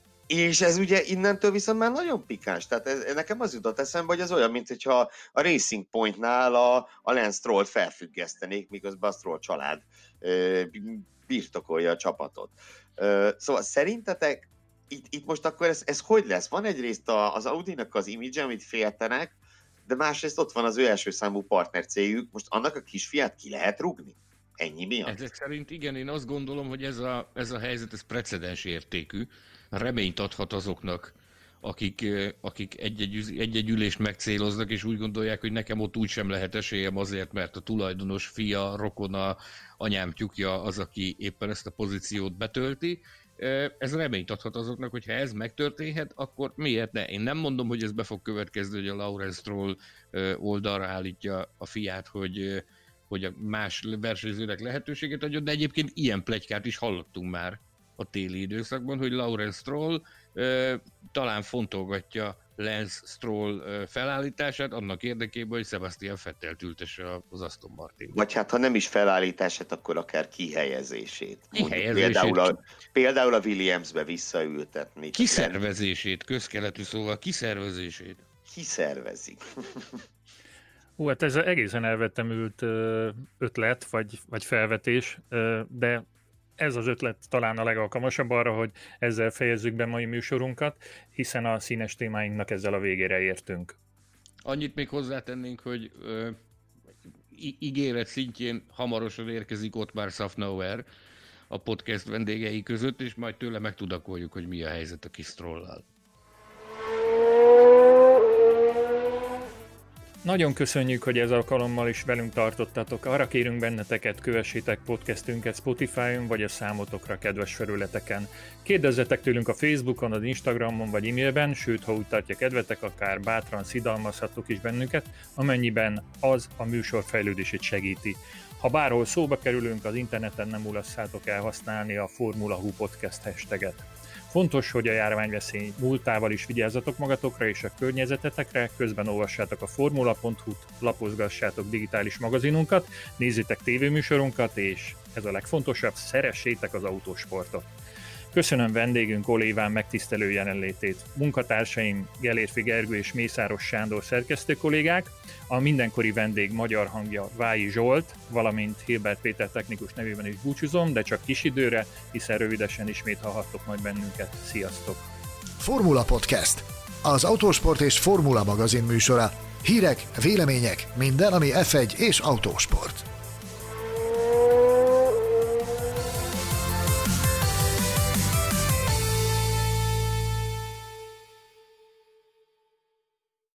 És ez ugye innentől viszont már nagyon pikáns, tehát ez, nekem az jutott eszembe, hogy ez olyan, mint hogyha a Racing Pointnál a, a Lance Stroll-t felfüggesztenék, miközben a Stroll család ö, birtokolja a csapatot. Ö, szóval szerintetek itt, itt most akkor ez, ez hogy lesz? Van egyrészt a, az Audinak az image, amit féltenek, de másrészt ott van az ő első számú partner céljük, most annak a kisfiát ki lehet rúgni? Ennyi miatt? Ezek szerint igen, én azt gondolom, hogy ez a, ez a helyzet, ez precedens értékű. Reményt adhat azoknak, akik, akik egy-egy, egy-egy ülést megcéloznak, és úgy gondolják, hogy nekem ott úgysem lehet esélyem azért, mert a tulajdonos fia, rokona, anyám tyúkja az, aki éppen ezt a pozíciót betölti. Ez reményt adhat azoknak, hogy ha ez megtörténhet, akkor miért ne? Én nem mondom, hogy ez be fog következni, hogy a Lawrence Stroll oldalra állítja a fiát, hogy, hogy a más versenyzőnek lehetőséget adjon, de egyébként ilyen pletykát is hallottunk már a téli időszakban, hogy Lawrence Stroll ö, talán fontolgatja Lance Stroll ö, felállítását annak érdekében, hogy Sebastian Vettelt ültesse az Aston Martin. Vagy hát ha nem is felállítását, akkor akár kihelyezését. Kihelyezését. Például a, például a Williamsbe visszaültetni. Kiszervezését, közkeletű szóval kiszervezését. Kiszervezik. Hú, hát ez egészen elvetemült ötlet, vagy, vagy felvetés, de ez az ötlet talán a legalkalmasabb arra, hogy ezzel fejezzük be mai műsorunkat, hiszen a színes témáinknak ezzel a végére értünk. Annyit még hozzátennénk, hogy ö, ígéret szintjén hamarosan érkezik Ottmar Szafnauer a podcast vendégei között, és majd tőle megtudakoljuk, hogy mi a helyzet a kis Strollal. Nagyon köszönjük, hogy ez alkalommal is velünk tartottatok. Arra kérünk benneteket, kövessétek podcastünket Spotify-on vagy a számotokra kedves felületeken. Kérdezzetek tőlünk a Facebookon, az Instagramon vagy e-mailben, sőt, ha úgy tartja kedvetek, akár bátran szidalmazhattok is bennünket, amennyiben az a műsor fejlődését segíti. Ha bárhol szóba kerülünk, az interneten nem mulasszátok el használni a Formula Hú Podcast hashtaget. Fontos, hogy a járványveszély múltával is vigyázzatok magatokra és a környezetetekre, közben olvassátok a formula pont hu-t, lapozgassátok digitális magazinunkat, nézzétek tévéműsorunkat, és ez a legfontosabb, szeressétek az autósportot. Köszönöm vendégünk Ole Iván megtisztelő jelenlétét. Munkatársaim Gelérfi Gergő és Mészáros Sándor szerkesztő kollégák, a mindenkori vendég magyar hangja Vályi Zsolt, valamint Hilbert Péter technikus nevében is búcsúzom, de csak kis időre, hiszen rövidesen ismét hallhattok majd bennünket. Sziasztok! Formula Podcast, az autósport és formula magazin műsora. Hírek, vélemények, minden, ami ef egy és autósport.